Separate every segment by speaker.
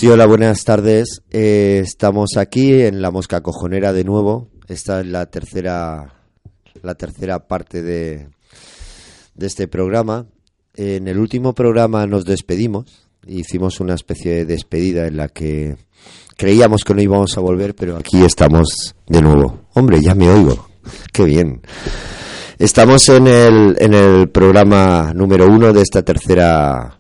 Speaker 1: Sí, hola, buenas tardes. Estamos aquí en La Mosca Cojonera de nuevo. Esta es la tercera parte de este programa. En el último programa nos despedimos. Hicimos una especie de despedida en la que creíamos que no íbamos a volver, pero aquí estamos de nuevo. Hombre, ya me oigo. Qué bien. Estamos en el programa número 1 de esta tercera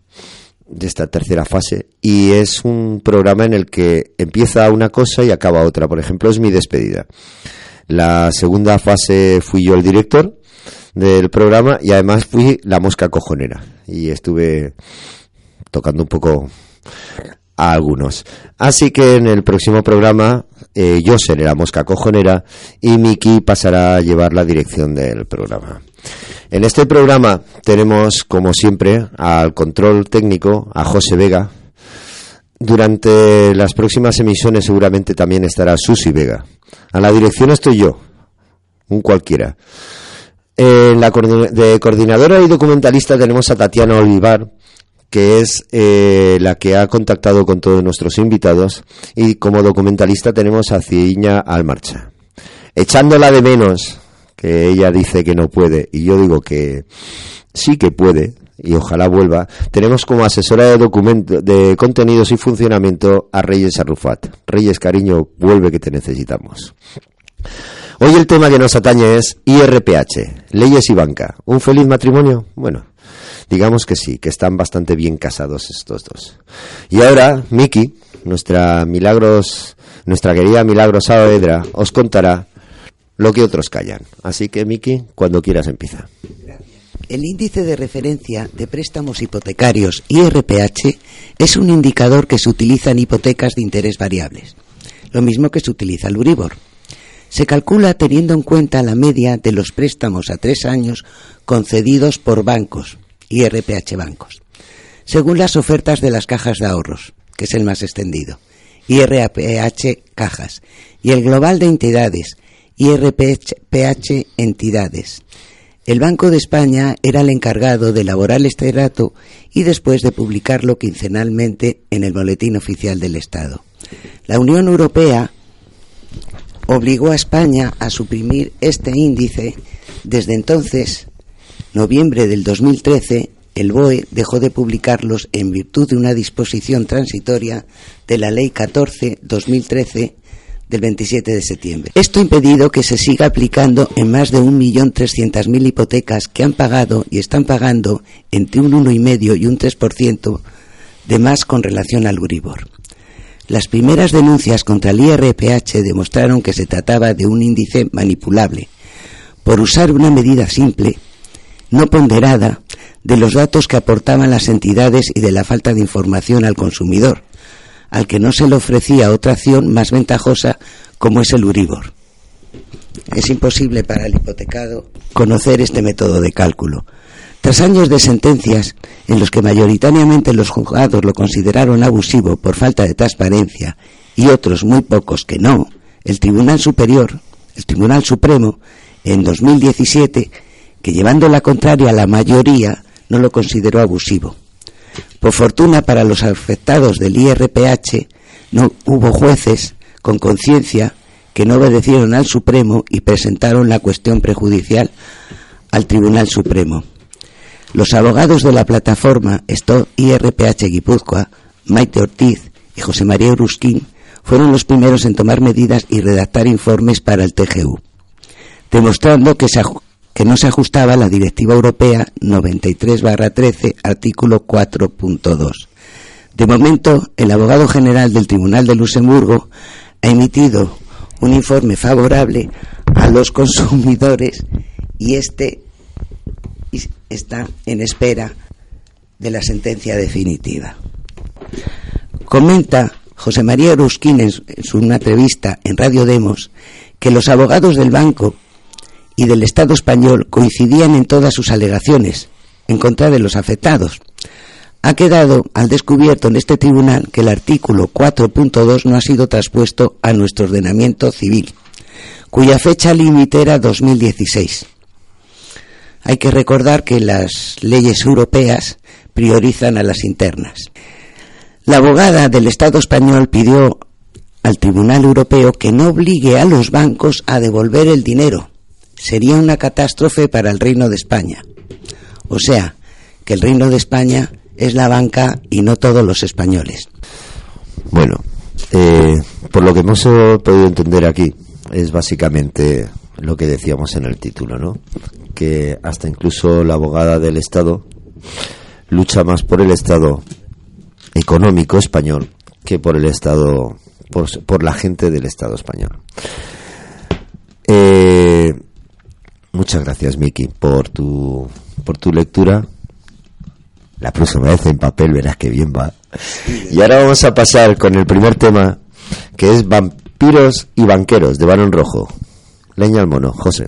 Speaker 1: fase, y es un programa en el que empieza una cosa y acaba otra. Por ejemplo, es mi despedida. La segunda fase fui yo el director del programa y además fui la mosca cojonera y estuve tocando un poco a algunos. Así que en el próximo programa yo seré la mosca cojonera y Miki pasará a llevar la dirección del programa. En este programa tenemos, como siempre, al control técnico, a José Vega. Durante las próximas emisiones seguramente también estará Susi Vega. A la dirección estoy yo, un cualquiera. En la de coordinadora y documentalista tenemos a Tatiana Olivar, que es la que ha contactado con todos nuestros invitados, y como documentalista tenemos a Ciña Almarcha. Echándola de menos, que ella dice que no puede y yo digo que sí que puede y ojalá vuelva, tenemos como asesora de contenidos y funcionamiento a Reyes Arrufat. Reyes, cariño, vuelve que te necesitamos. Hoy el tema que nos atañe es IRPH, leyes y banca. ¿Un feliz matrimonio? Bueno, digamos que sí, que están bastante bien casados estos dos. Y ahora Miki, nuestra querida Milagros Saavedra, os contará lo que otros callan. Así que, Miki, cuando quieras empieza.
Speaker 2: El índice de referencia de préstamos hipotecarios IRPH es un indicador que se utiliza en hipotecas de interés variables, lo mismo que se utiliza el Euribor. Se calcula teniendo en cuenta la media de los préstamos a 3 años concedidos por bancos, IRPH bancos, según las ofertas de las cajas de ahorros, que es el más extendido, IRPH cajas, y el global de entidades, IRPH entidades. El Banco de España era el encargado de elaborar este dato y después de publicarlo quincenalmente en el Boletín Oficial del Estado. La Unión Europea obligó a España a suprimir este índice. Desde entonces, noviembre del 2013, el BOE dejó de publicarlos en virtud de una disposición transitoria de la Ley 14/2013 del 27 de septiembre. Esto ha impedido que se siga aplicando en más de 1.300.000 hipotecas que han pagado y están pagando entre un 1,5% y un 3% de más con relación al Euribor. Las primeras denuncias contra el IRPH demostraron que se trataba de un índice manipulable por usar una medida simple, no ponderada, de los datos que aportaban las entidades y de la falta de información al consumidor, al que no se le ofrecía otra acción más ventajosa como es el Euribor. Es imposible para el hipotecado conocer este método de cálculo. Tras años de sentencias en los que mayoritariamente los juzgados lo consideraron abusivo por falta de transparencia y otros muy pocos que no, el Tribunal Supremo, en 2017, que llevando la contraria a la mayoría, no lo consideró abusivo. Por fortuna para los afectados del IRPH, no hubo jueces con conciencia que no obedecieron al Supremo y presentaron la cuestión prejudicial al Tribunal Supremo. Los abogados de la plataforma Stop IRPH Guipúzcoa, Maite Ortiz y José María Urusquín, fueron los primeros en tomar medidas y redactar informes para el TGU, demostrando que no se ajustaba a la Directiva Europea 93/13, artículo 4.2. De momento, el abogado general del Tribunal de Luxemburgo ha emitido un informe favorable a los consumidores y este está en espera de la sentencia definitiva. Comenta José María Urusquín en una entrevista en Radio Demos que los abogados del banco y del Estado español coincidían en todas sus alegaciones en contra de los afectados. Ha quedado al descubierto en este tribunal que el artículo 4.2 no ha sido traspuesto a nuestro ordenamiento civil, cuya fecha límite era 2016. Hay que recordar que las leyes europeas priorizan a las internas. La abogada del Estado español pidió al Tribunal Europeo que no obligue a los bancos a devolver el dinero. Sería una catástrofe para el Reino de España. O sea, que el Reino de España es la banca y no todos los españoles.
Speaker 1: Bueno, por lo que hemos podido entender aquí, es básicamente lo que decíamos en el título, ¿no? Que hasta incluso la abogada del Estado lucha más por el Estado económico español que por el Estado, por la gente del Estado español. Muchas gracias, Miki, por tu lectura. La próxima vez en papel verás que bien va. Y ahora vamos a pasar con el primer tema, que es Vampiros y Banqueros, de Barón Rojo. Leña al mono, José.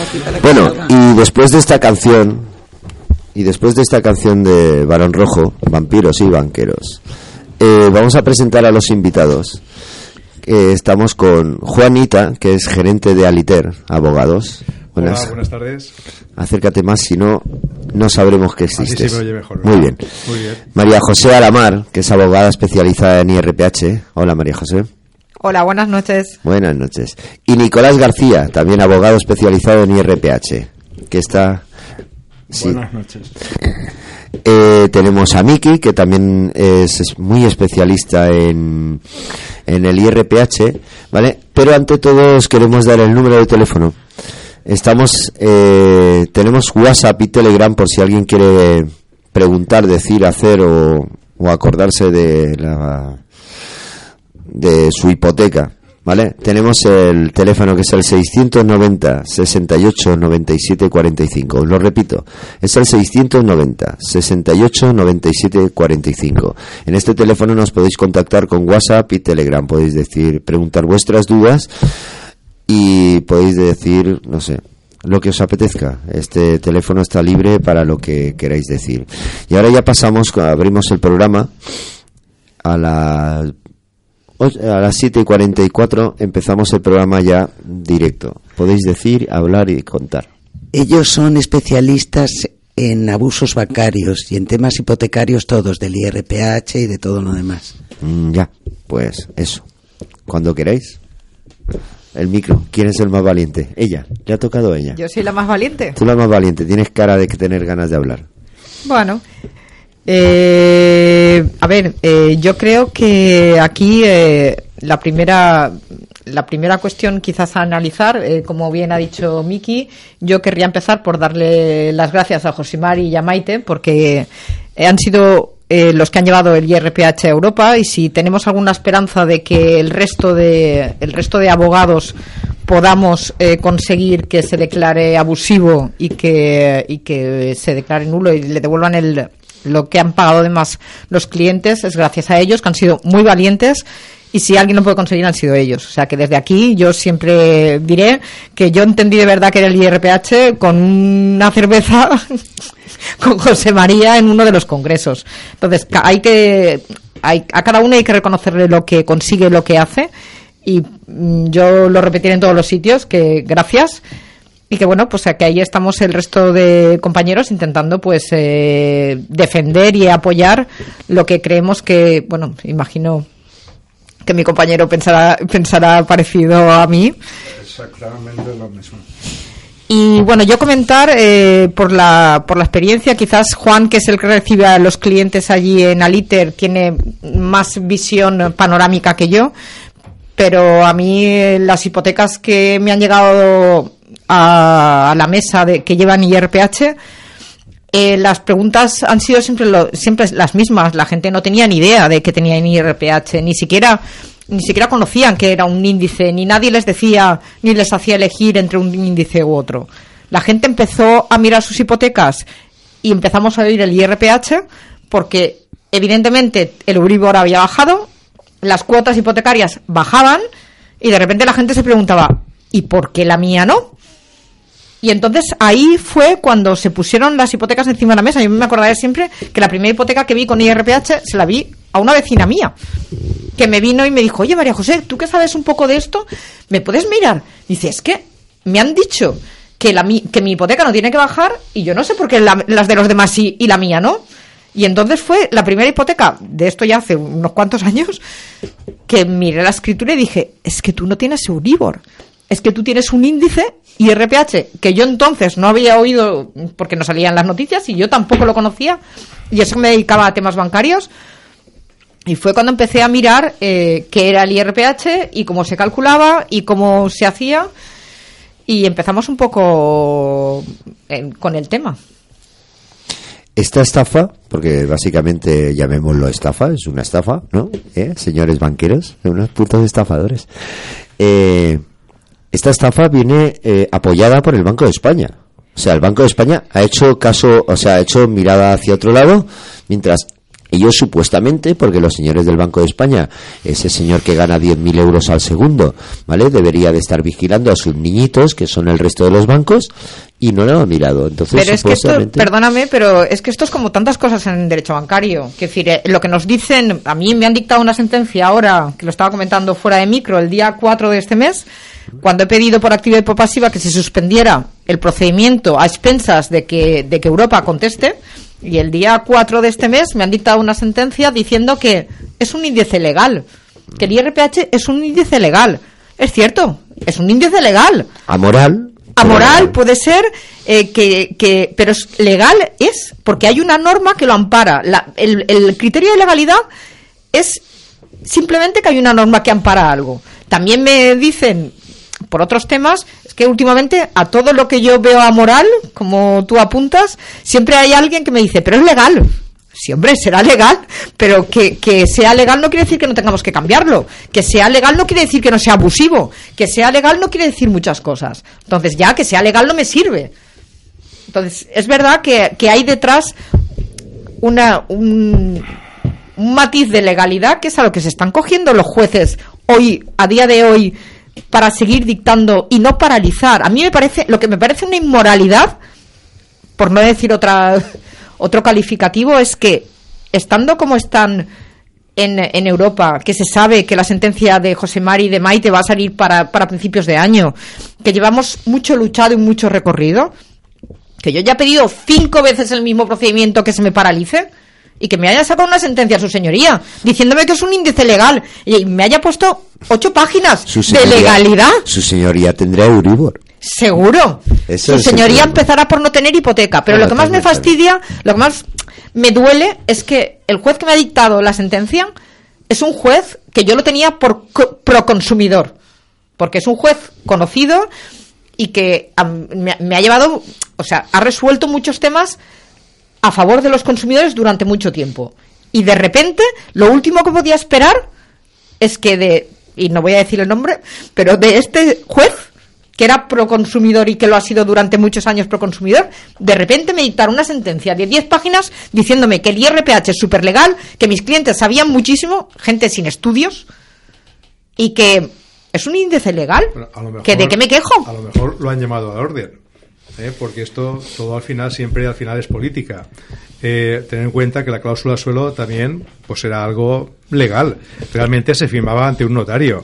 Speaker 1: Bueno, y después de esta canción de Barón Rojo, Vampiros y Banqueros, vamos a presentar a los invitados. Estamos con Juanita, que es gerente de Aliter Abogados.
Speaker 3: Hola, buenas tardes.
Speaker 1: Acércate más, si no, no sabremos que existes.
Speaker 3: Así se me oye mejor.
Speaker 1: Muy bien.
Speaker 3: Muy bien.
Speaker 1: María José Alamar, que es abogada especializada en IRPH. Hola, María José.
Speaker 4: Hola, buenas noches.
Speaker 1: Buenas noches. Y Nicolás García, también abogado especializado en IRPH, que está... Sí.
Speaker 3: Buenas noches.
Speaker 1: Tenemos a Miki, que también es muy especialista en el IRPH, ¿vale? Pero ante todo os queremos dar el número de teléfono. Tenemos WhatsApp y Telegram por si alguien quiere preguntar, decir, hacer o acordarse de su hipoteca, ¿vale? Tenemos el teléfono que es el 690 68 97 45. Os lo repito, es el 690 68 97 45. En este teléfono nos podéis contactar con WhatsApp y Telegram. Podéis preguntar vuestras dudas y podéis decir, no sé, lo que os apetezca. Este teléfono está libre para lo que queráis decir. Y ahora ya abrimos el programa a las 7:44. Empezamos el programa ya directo. Podéis decir, hablar y contar.
Speaker 2: Ellos son especialistas en abusos bancarios y en temas hipotecarios todos, del IRPH y de todo lo demás.
Speaker 1: Ya, pues eso. Cuando queráis. El micro. ¿Quién es el más valiente? Ella. Le ha tocado ella.
Speaker 4: Yo soy la más valiente.
Speaker 1: Tú la más valiente. Tienes cara de tener ganas de hablar.
Speaker 4: Bueno, a ver, yo creo que aquí la primera cuestión quizás a analizar, como bien ha dicho Miki, yo querría empezar por darle las gracias a Josimar y a Maite, porque han sido los que han llevado el IRPH a Europa, y si tenemos alguna esperanza de que el resto de abogados podamos conseguir que se declare abusivo y que se declare nulo y le devuelvan lo que han pagado de más los clientes, es gracias a ellos, que han sido muy valientes. Y si alguien lo puede conseguir, han sido ellos. O sea, que desde aquí yo siempre diré que yo entendí de verdad que era el IRPH con una cerveza con José María en uno de los congresos. Entonces, a cada uno hay que reconocerle lo que consigue, lo que hace. Y yo lo repetiré en todos los sitios, que gracias. Y que bueno, pues que ahí estamos el resto de compañeros intentando pues defender y apoyar lo que creemos que, bueno, imagino que mi compañero pensará parecido a mí.
Speaker 3: Exactamente lo mismo.
Speaker 4: Y bueno, yo comentar por la experiencia, quizás Juan, que es el que recibe a los clientes allí en Aliter, tiene más visión panorámica que yo, pero a mí las hipotecas que me han llegado a la mesa que llevan IRPH, las preguntas han sido siempre las mismas. La gente no tenía ni idea de que tenían IRPH, ni siquiera conocían que era un índice, ni nadie les decía ni les hacía elegir entre un índice u otro. La gente empezó a mirar sus hipotecas y empezamos a oír el IRPH porque evidentemente el Euribor había bajado, las cuotas hipotecarias bajaban y de repente la gente se preguntaba, ¿y por qué la mía no? Y entonces ahí fue cuando se pusieron las hipotecas encima de la mesa. Yo me acordaré siempre que la primera hipoteca que vi con IRPH se la vi a una vecina mía, que me vino y me dijo, oye María José, ¿tú que sabes un poco de esto? ¿Me puedes mirar? Dice, es que me han dicho que mi hipoteca no tiene que bajar y yo no sé por qué las de los demás sí y la mía no. Y entonces fue la primera hipoteca, de esto ya hace unos cuantos años, que miré la escritura y dije, es que tú no tienes Euribor, es que tú tienes un índice IRPH que yo entonces no había oído porque no salían las noticias y yo tampoco lo conocía, y eso me dedicaba a temas bancarios. Y fue cuando empecé a mirar qué era el IRPH y cómo se calculaba y cómo se hacía, y empezamos un poco con el tema.
Speaker 1: Esta estafa, porque básicamente llamémoslo estafa, es una estafa, ¿no? Señores banqueros, unos putos estafadores. Esta estafa viene apoyada por el Banco de España. O sea, el Banco de España ha hecho caso, o sea, ha hecho mirada hacia otro lado, mientras Ellos supuestamente, porque los señores del Banco de España, ese señor que gana 10.000 euros al segundo, ¿vale? Debería de estar vigilando a sus niñitos, que son el resto de los bancos, y no lo ha mirado. Entonces,
Speaker 4: pero es que esto, perdóname, pero es que esto es como tantas cosas en derecho bancario. Es decir, lo que nos dicen, a mí me han dictado una sentencia ahora, que lo estaba comentando fuera de micro, el día 4 de este mes, cuando he pedido por activa y por pasiva que se suspendiera el procedimiento a expensas de que Europa conteste. Y el día 4 de este mes me han dictado una sentencia diciendo que es un índice legal, que el IRPH es un índice legal. Es cierto, es un índice legal.
Speaker 1: Amoral
Speaker 4: puede ser, pero es legal, porque hay una norma que lo ampara. El criterio de legalidad es simplemente que hay una norma que ampara algo. También me dicen, por otros temas, es que últimamente a todo lo que yo veo amoral, como tú apuntas, siempre hay alguien que me dice, pero es legal. Sí, hombre, será legal, pero que sea legal no quiere decir que no tengamos que cambiarlo. Que sea legal no quiere decir que no sea abusivo. Que sea legal no quiere decir muchas cosas. Entonces ya que sea legal no me sirve. Entonces es verdad que hay detrás un matiz de legalidad, que es a lo que se están cogiendo los jueces hoy, a día de hoy, para seguir dictando y no paralizar. A mí lo que me parece una inmoralidad, por no decir otro calificativo, es que estando como están en Europa, que se sabe que la sentencia de José Mari y de Maite va a salir para principios de año, que llevamos mucho luchado y mucho recorrido, que yo ya he pedido 5 veces el mismo procedimiento que se me paralice, y que me haya sacado una sentencia a su señoría diciéndome que es un índice legal y me haya puesto 8 páginas de legalidad.
Speaker 1: Su señoría tendrá Euribor.
Speaker 4: Seguro. Su señoría empezará por no tener hipoteca. Pero lo que más me fastidia, lo que más me duele, es que el juez que me ha dictado la sentencia es un juez que yo lo tenía por proconsumidor. Porque es un juez conocido y que me ha llevado, o sea, ha resuelto muchos temas a favor de los consumidores durante mucho tiempo. Y de repente, lo último que podía esperar es que y no voy a decir el nombre, pero de este juez, que era proconsumidor y que lo ha sido durante muchos años proconsumidor, de repente me dictaron una sentencia de 10 páginas diciéndome que el IRPH es súper legal, que mis clientes sabían muchísimo, gente sin estudios, y que es un índice legal. Mejor, ¿que ¿de qué me quejo?
Speaker 3: A lo mejor lo han llamado a la orden. Porque esto todo al final es política. Tener en cuenta que la cláusula suelo también pues era algo legal. Realmente se firmaba ante un notario.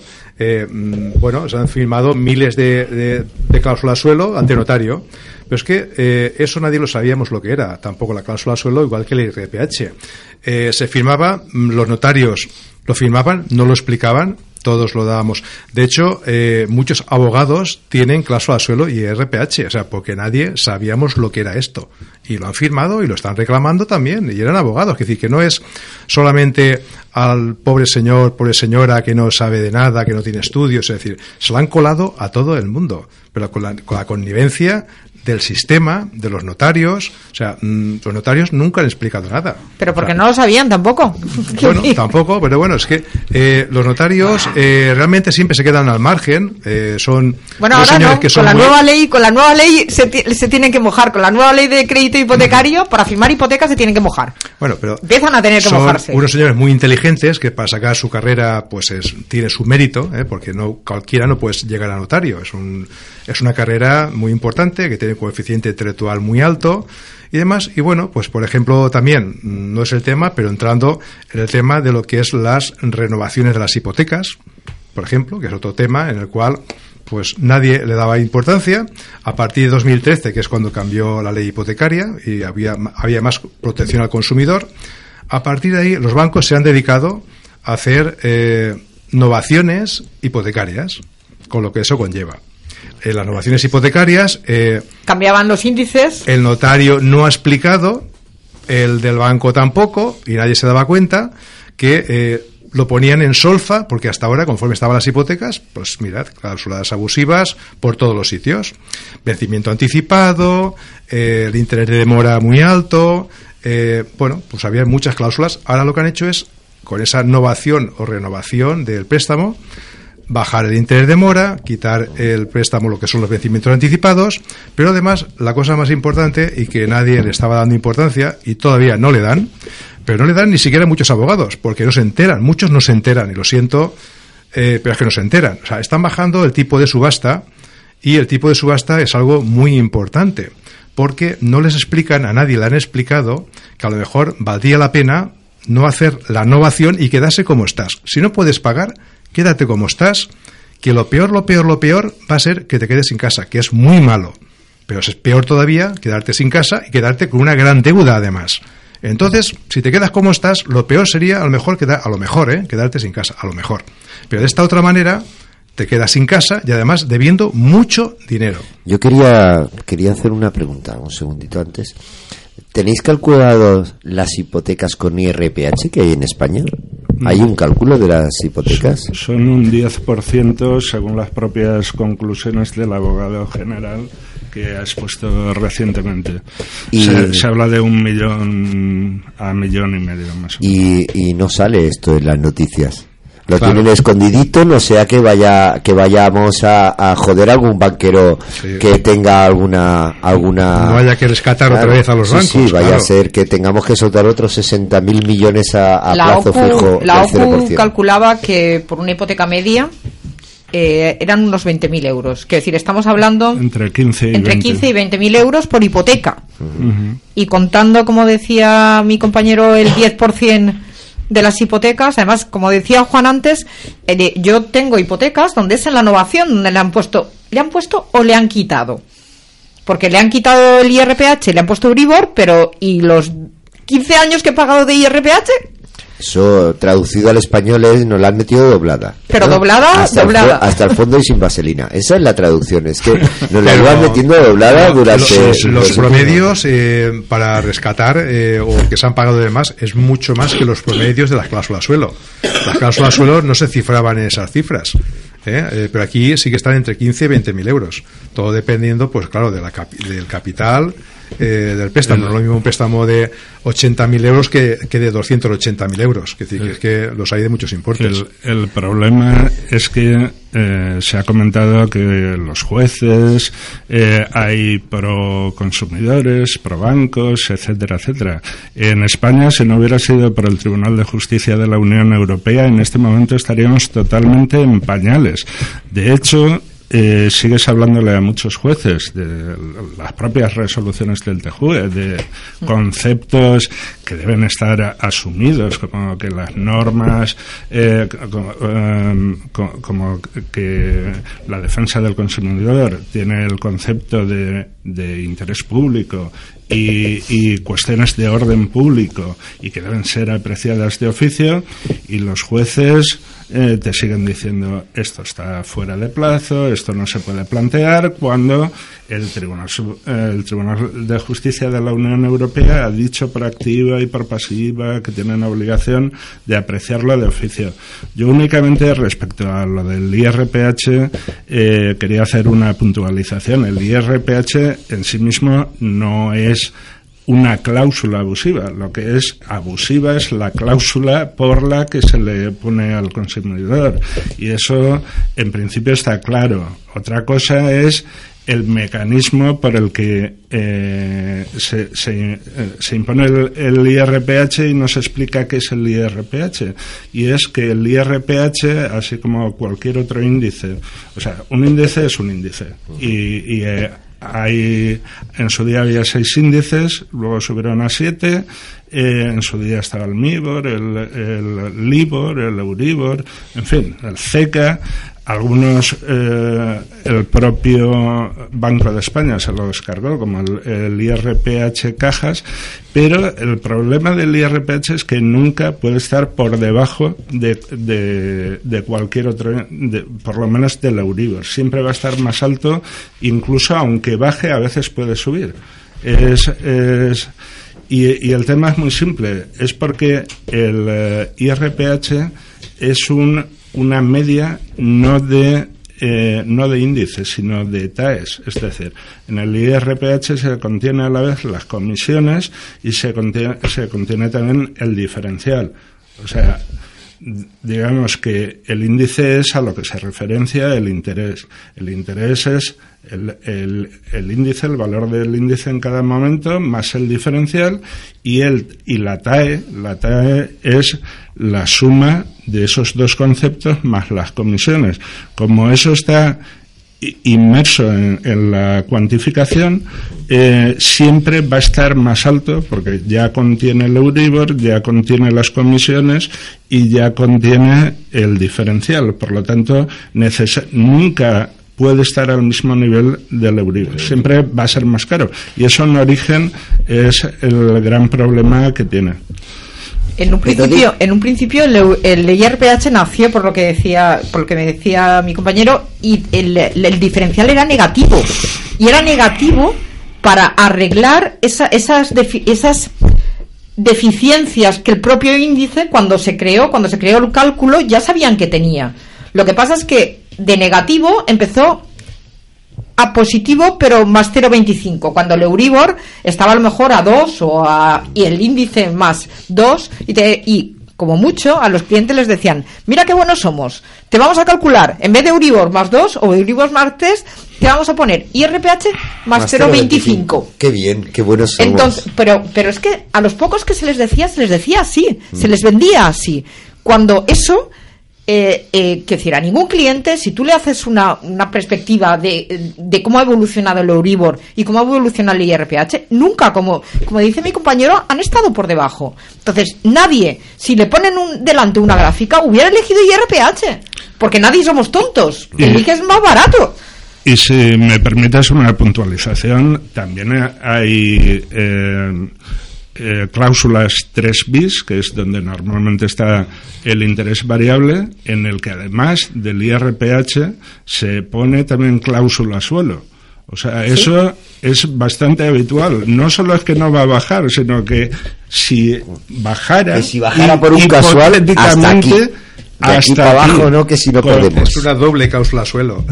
Speaker 3: Se han firmado miles de cláusulas suelo ante notario. Pero es que eso nadie lo sabíamos lo que era. Tampoco la cláusula suelo, igual que el IRPH. Se firmaba, los notarios lo firmaban, no lo explicaban. Todos lo dábamos. De hecho, muchos abogados tienen cláusula suelo y IRPH, o sea, porque nadie sabíamos lo que era esto. Y lo han firmado y lo están reclamando también, y eran abogados. Es decir, que no es solamente al pobre señor, pobre señora que no sabe de nada, que no tiene estudios, es decir, se lo han colado a todo el mundo, pero con la connivencia del sistema, de los notarios. O sea, los notarios nunca han explicado nada.
Speaker 4: Pero porque no lo sabían tampoco.
Speaker 3: Bueno, tampoco, pero bueno, es que los notarios realmente siempre se quedan al margen. Son
Speaker 4: ahora señores no, que son con la nueva ley se tienen que mojar. Con la nueva ley de crédito hipotecario, para firmar hipotecas se tienen que mojar.
Speaker 3: Bueno, pero
Speaker 4: empiezan a tener que mojarse.
Speaker 3: Unos señores muy inteligentes que para sacar su carrera pues tiene su mérito, porque no cualquiera no puede llegar a notario. Es una carrera muy importante que tiene coeficiente intelectual muy alto y demás. Y bueno, pues por ejemplo también, no es el tema, pero entrando en el tema de lo que es las renovaciones de las hipotecas, por ejemplo, que es otro tema en el cual pues nadie le daba importancia. A partir de 2013, que es cuando cambió la ley hipotecaria y había más protección al consumidor, a partir de ahí los bancos se han dedicado a hacer novaciones hipotecarias, con lo que eso conlleva. En las novaciones hipotecarias
Speaker 4: cambiaban los índices.
Speaker 3: El notario no ha explicado, el del banco tampoco, y nadie se daba cuenta que lo ponían en solfa, porque hasta ahora, conforme estaban las hipotecas, pues mirad, cláusulas abusivas por todos los sitios, vencimiento anticipado, el interés de demora muy alto, pues había muchas cláusulas. Ahora lo que han hecho es, con esa novación o renovación del préstamo, bajar el interés de mora, quitar el préstamo, lo que son los vencimientos anticipados, pero además la cosa más importante, y que nadie le estaba dando importancia y todavía no le dan, pero no le dan ni siquiera muchos abogados, porque no se enteran, muchos no se enteran, y lo siento, pero es que no se enteran. O sea, están bajando el tipo de subasta, y el tipo de subasta es algo muy importante, porque no les explican, a nadie le han explicado que a lo mejor valdría la pena no hacer la novación y quedarse como estás. Si no puedes pagar, quédate como estás, que lo peor va a ser que te quedes sin casa, que es muy malo. Pero es peor todavía quedarte sin casa y quedarte con una gran deuda además. Entonces, si te quedas como estás, lo peor sería a lo mejor quedarte sin casa, a lo mejor. Pero de esta otra manera te quedas sin casa y además debiendo mucho dinero.
Speaker 1: Yo quería hacer una pregunta, un segundito antes. ¿Tenéis calculado las hipotecas con IRPH que hay en España? ¿Hay un cálculo de las hipotecas?
Speaker 5: Son un 10% según las propias conclusiones del abogado general que ha expuesto recientemente. Se habla de 1 millón a 1,5 millones más o menos.
Speaker 1: Y no sale esto en las noticias. Lo
Speaker 3: Claro.
Speaker 1: tienen escondidito, no sea que vayamos a joder a algún banquero que tenga alguna
Speaker 3: No haya que rescatar otra vez a los bancos.
Speaker 1: Sí, vaya
Speaker 3: claro.
Speaker 1: a ser que tengamos que soltar otros 60.000 millones a plazo fijo
Speaker 4: La
Speaker 1: del
Speaker 4: OCU
Speaker 1: 0%.
Speaker 4: calculaba que por una hipoteca media eran unos 20.000 euros. Quiero decir, estamos hablando
Speaker 5: Entre 15 y 20.
Speaker 4: 15 y 20.000 euros por hipoteca. Y contando, como decía mi compañero, el 10% de las hipotecas, además, como decía Juan antes, yo tengo hipotecas donde es en la novación donde le han puesto o le han quitado, porque le han quitado el IRPH, le han puesto Euribor, pero ¿y los 15 años que he pagado de IRPH?
Speaker 1: Eso traducido al español es nos la han metido doblada.
Speaker 4: Pero doblada.
Speaker 1: Hasta el fondo y sin vaselina. Esa es la traducción, es que nos la
Speaker 3: Pero
Speaker 1: iban metiendo doblada durante
Speaker 3: los promedios para rescatar o que se han pagado de más es mucho más que los promedios de las cláusulas suelo. Las cláusulas suelo no se cifraban en esas cifras, pero aquí sí que están entre 15 y 20.000 euros, todo dependiendo, pues claro, del capital, del préstamo. No es lo mismo un préstamo de 80.000 euros que de 280.000 euros, que es que los hay de muchos importes.
Speaker 5: El problema es que se ha comentado que los jueces hay pro consumidores, pro bancos, etcétera, etcétera. En España, si no hubiera sido por el Tribunal de Justicia de la Unión Europea, en este momento estaríamos totalmente en pañales. De hecho, sigues hablándole a muchos jueces de las propias resoluciones del TJUE, de conceptos que deben estar asumidos, como que las normas, como que la defensa del consumidor tiene el concepto de interés público y cuestiones de orden público y que deben ser apreciadas de oficio, y los jueces te siguen diciendo esto está fuera de plazo, esto no se puede plantear, cuando el Tribunal de Justicia de la Unión Europea ha dicho por activa y por pasiva que tienen obligación de apreciarlo de oficio. Yo únicamente respecto a lo del IRPH quería hacer una puntualización. El IRPH en sí mismo no es una cláusula abusiva. Lo que es abusiva es la cláusula por la que se le pone al consumidor, y eso en principio está claro. Otra cosa es el mecanismo por el que se impone el IRPH y no se explica qué es el IRPH. Y es que el IRPH, así como cualquier otro índice, o sea, un índice es un índice. En su día había 6 índices, luego subieron a 7, en su día estaba el MIBOR, el LIBOR, el Euribor, en fin, el CECA. Algunos el propio Banco de España se lo descargó, como el IRPH Cajas, pero el problema del IRPH es que nunca puede estar por debajo de cualquier otro, por lo menos del Euribor. Siempre va a estar más alto, incluso aunque baje, a veces puede subir. Y el tema es muy simple, es porque el IRPH es una media no de índices, sino de TAEs. Es decir, en el IRPH se contiene a la vez las comisiones y se contiene también el diferencial. O sea, digamos que el índice es a lo que se referencia el interés. El interés es el índice, el valor del índice en cada momento, más el diferencial, y la TAE es la suma de esos dos conceptos más las comisiones. Como eso está inmerso en la cuantificación, siempre va a estar más alto porque ya contiene el Euribor, ya contiene las comisiones y ya contiene el diferencial. Por lo tanto, nunca puede estar al mismo nivel del Euribor. Siempre va a ser más caro. Y eso en origen es el gran problema que tiene.
Speaker 4: En un principio el IRPH nació por lo que me decía mi compañero, y el diferencial era negativo, y era negativo para arreglar esas deficiencias que el propio índice, cuando se creó el cálculo, ya sabían que tenía. Lo que pasa es que de negativo empezó a positivo, pero más 0,25, cuando el Euribor estaba a lo mejor a 2 y el índice más 2, y como mucho a los clientes les decían: mira qué buenos somos, te vamos a calcular, en vez de Euribor más 2 o Euribor más 3, te vamos a poner IRPH más 0,25.
Speaker 1: Qué bien, qué buenos somos.
Speaker 4: Entonces, pero es que a los pocos que se les decía así, se les vendía así, cuando eso... que decir, a ningún cliente, si tú le haces una perspectiva de cómo ha evolucionado el Euribor y cómo ha evolucionado el IRPH, nunca, como dice mi compañero, han estado por debajo. Entonces, nadie, si le ponen delante una gráfica, hubiera elegido IRPH, porque nadie somos tontos, el que es más barato.
Speaker 5: Y si me permites una puntualización, también hay cláusulas 3 bis, que es donde normalmente está el interés variable, en el que además del IRPH se pone también cláusula suelo. O sea, ¿sí? Eso es bastante habitual. No solo es que no va a bajar, sino que si bajara
Speaker 1: por un casual, hasta aquí. Hasta para abajo, ¿no? Que si no podemos.
Speaker 3: Es una doble cláusula suelo.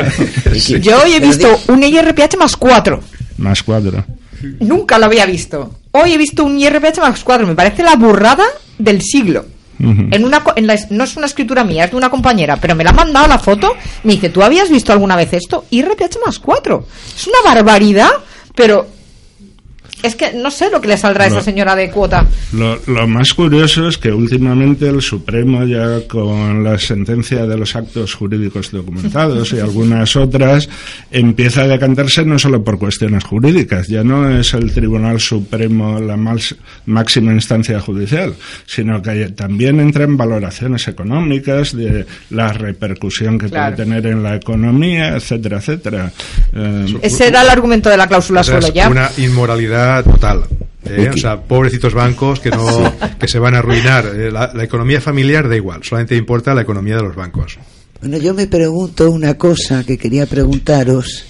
Speaker 4: Yo hoy he visto un IRPH más 4.
Speaker 5: Más 4.
Speaker 4: Nunca lo había visto. Hoy he visto un IRPH más 4. Me parece la burrada del siglo. Uh-huh. No es una escritura mía, es de una compañera, pero me la ha mandado la foto. Me dice: ¿tú habías visto alguna vez esto? IRPH más 4. Es una barbaridad, pero es que no sé lo que le saldrá a esa señora de cuota.
Speaker 5: Lo más curioso es que últimamente el Supremo, ya con la sentencia de los actos jurídicos documentados y algunas otras, empieza a decantarse no solo por cuestiones jurídicas. Ya no es el Tribunal Supremo la máxima instancia judicial, sino que también entra en valoraciones económicas de la repercusión que puede tener en la economía, etcétera, etcétera.
Speaker 4: Ese era el argumento de la cláusula suelo ya.
Speaker 3: Una inmoralidad total. O sea, pobrecitos bancos que se van a arruinar. La economía familiar da igual, solamente importa la economía de los bancos.
Speaker 2: Bueno, yo me pregunto una cosa que quería preguntaros.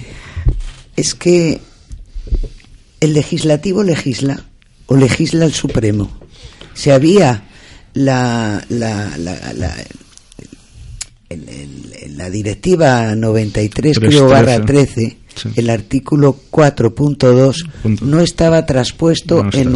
Speaker 2: Es que el legislativo legisla o legisla el Supremo. Si había la directiva 93 /13, sí. El artículo 4.2 no estaba traspuesto en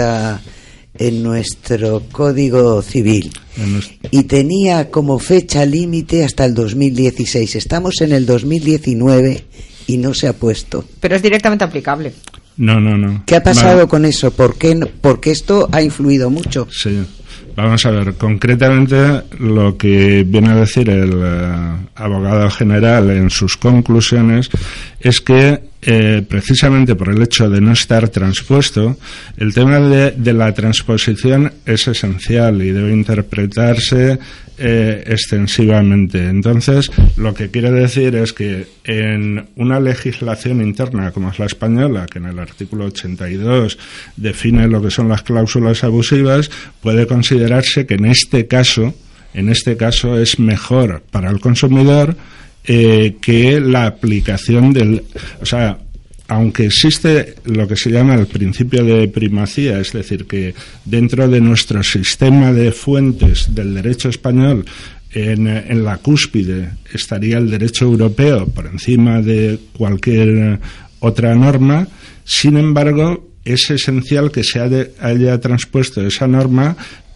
Speaker 2: nuestro Código Civil y tenía como fecha límite hasta el 2016. Estamos en el 2019 y no se ha puesto.
Speaker 4: Pero es directamente aplicable.
Speaker 5: No.
Speaker 2: ¿Qué ha pasado con eso? ¿Por qué no? Porque esto ha influido mucho.
Speaker 5: Sí. Vamos a ver, concretamente lo que viene a decir el abogado general en sus conclusiones es que precisamente por el hecho de no estar transpuesto, el tema de la transposición es esencial y debe interpretarse extensivamente. Entonces, lo que quiere decir es que en una legislación interna como es la española, que en el artículo 82 define lo que son las cláusulas abusivas, puede considerarse que en este caso es mejor para el consumidor que la aplicación o sea, aunque existe lo que se llama el principio de primacía, es decir, que dentro de nuestro sistema de fuentes del derecho español, en la cúspide estaría el derecho europeo por encima de cualquier otra norma. Sin embargo, es esencial que se haya transpuesto esa norma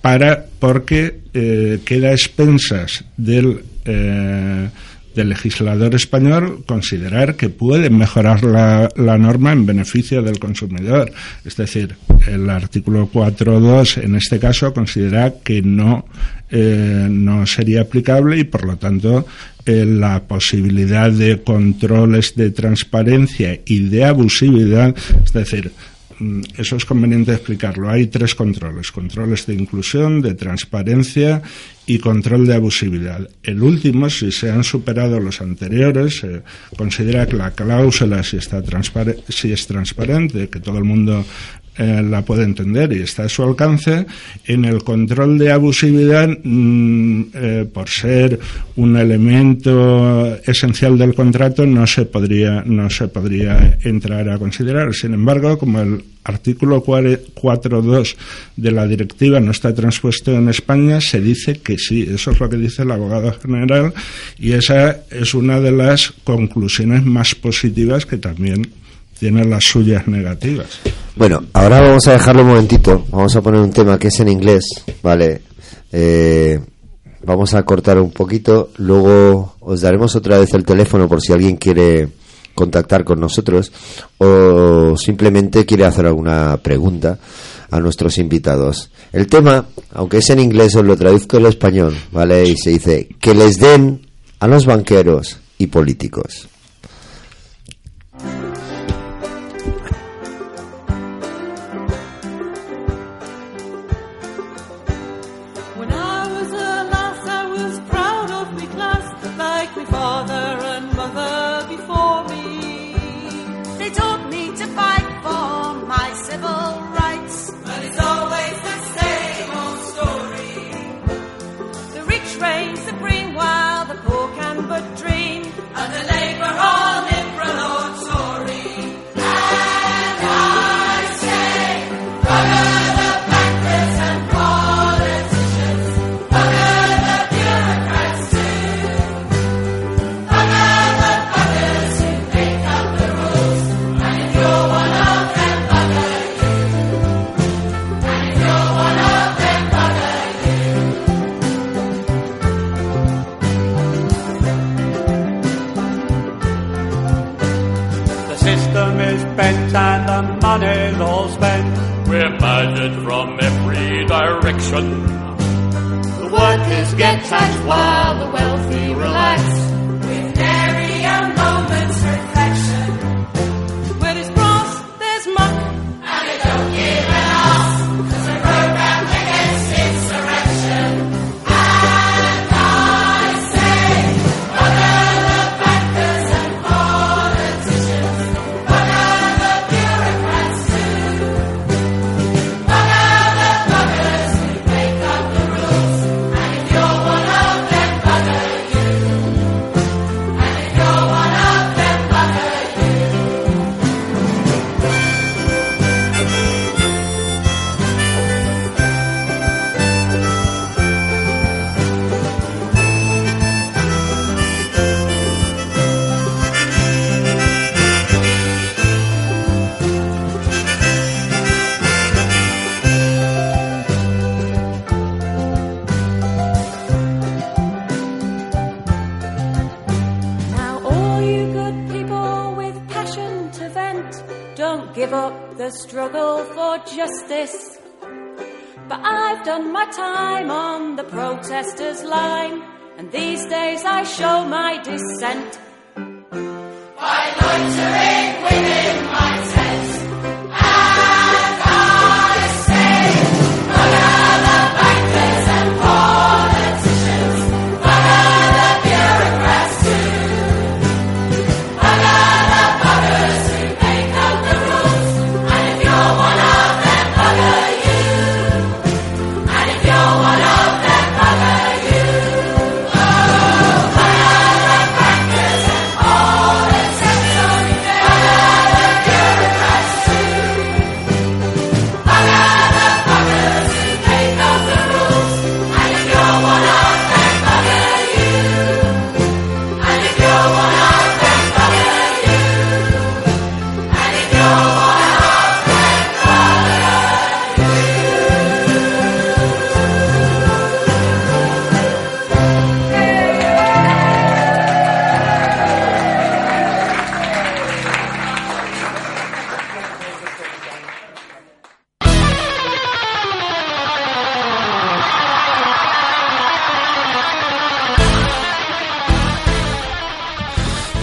Speaker 5: porque queda a expensas del legislador español considerar que puede mejorar la norma en beneficio del consumidor. Es decir, el artículo 4.2 en este caso considera que no sería aplicable y por lo tanto la posibilidad de controles de transparencia y de abusividad, es decir, eso es conveniente explicarlo. Hay 3 controles: controles de inclusión, de transparencia y control de abusividad. El último, si se han superado los anteriores, se considera que la cláusula, si es transparente, que todo el mundo la puede entender y está a su alcance. En el control de abusividad, por ser un elemento esencial del contrato, no se podría entrar a considerar. Sin embargo, como el artículo 4.2 de la directiva no está transpuesto en España, se dice que sí. Eso es lo que dice el abogado general y esa es una de las conclusiones más positivas, que también tiene las suyas negativas.
Speaker 1: Bueno, ahora vamos a dejarlo un momentito. Vamos a poner un tema que es en inglés, ¿vale? Vamos a cortar un poquito. Luego os daremos otra vez el teléfono por si alguien quiere contactar con nosotros o simplemente quiere hacer alguna pregunta a nuestros invitados. El tema, aunque es en inglés, os lo traduzco al español, ¿vale? Y se dice: que les den a los banqueros y políticos.
Speaker 6: And the money's all spent. We're murdered from every direction. The workers get taxed while the wealthy relax, with nary a moment's reflection. Where there's brass, there's muck, and they don't give an ass, 'cause they're programmed against insurrection. And I say, bugger the bankers and politicians, bugger the bureaucrats too, bugger the buggers who make up the rules, and if you're one of them, bugger you, and if you're one of them, bugger you. Now all you good people with passion to vent, don't give up the struggle for justice. But I've done my time on the protesters' line, and these days I show my dissent by loitering within my tent. And I say, bugger the bankers and politicians, bugger the bureaucrats too, bugger the buggers who make up the rules, and if you're one of them, bugger you, and if you're one of them, bugger you. Oh, bugger the bankers and politicians, bugger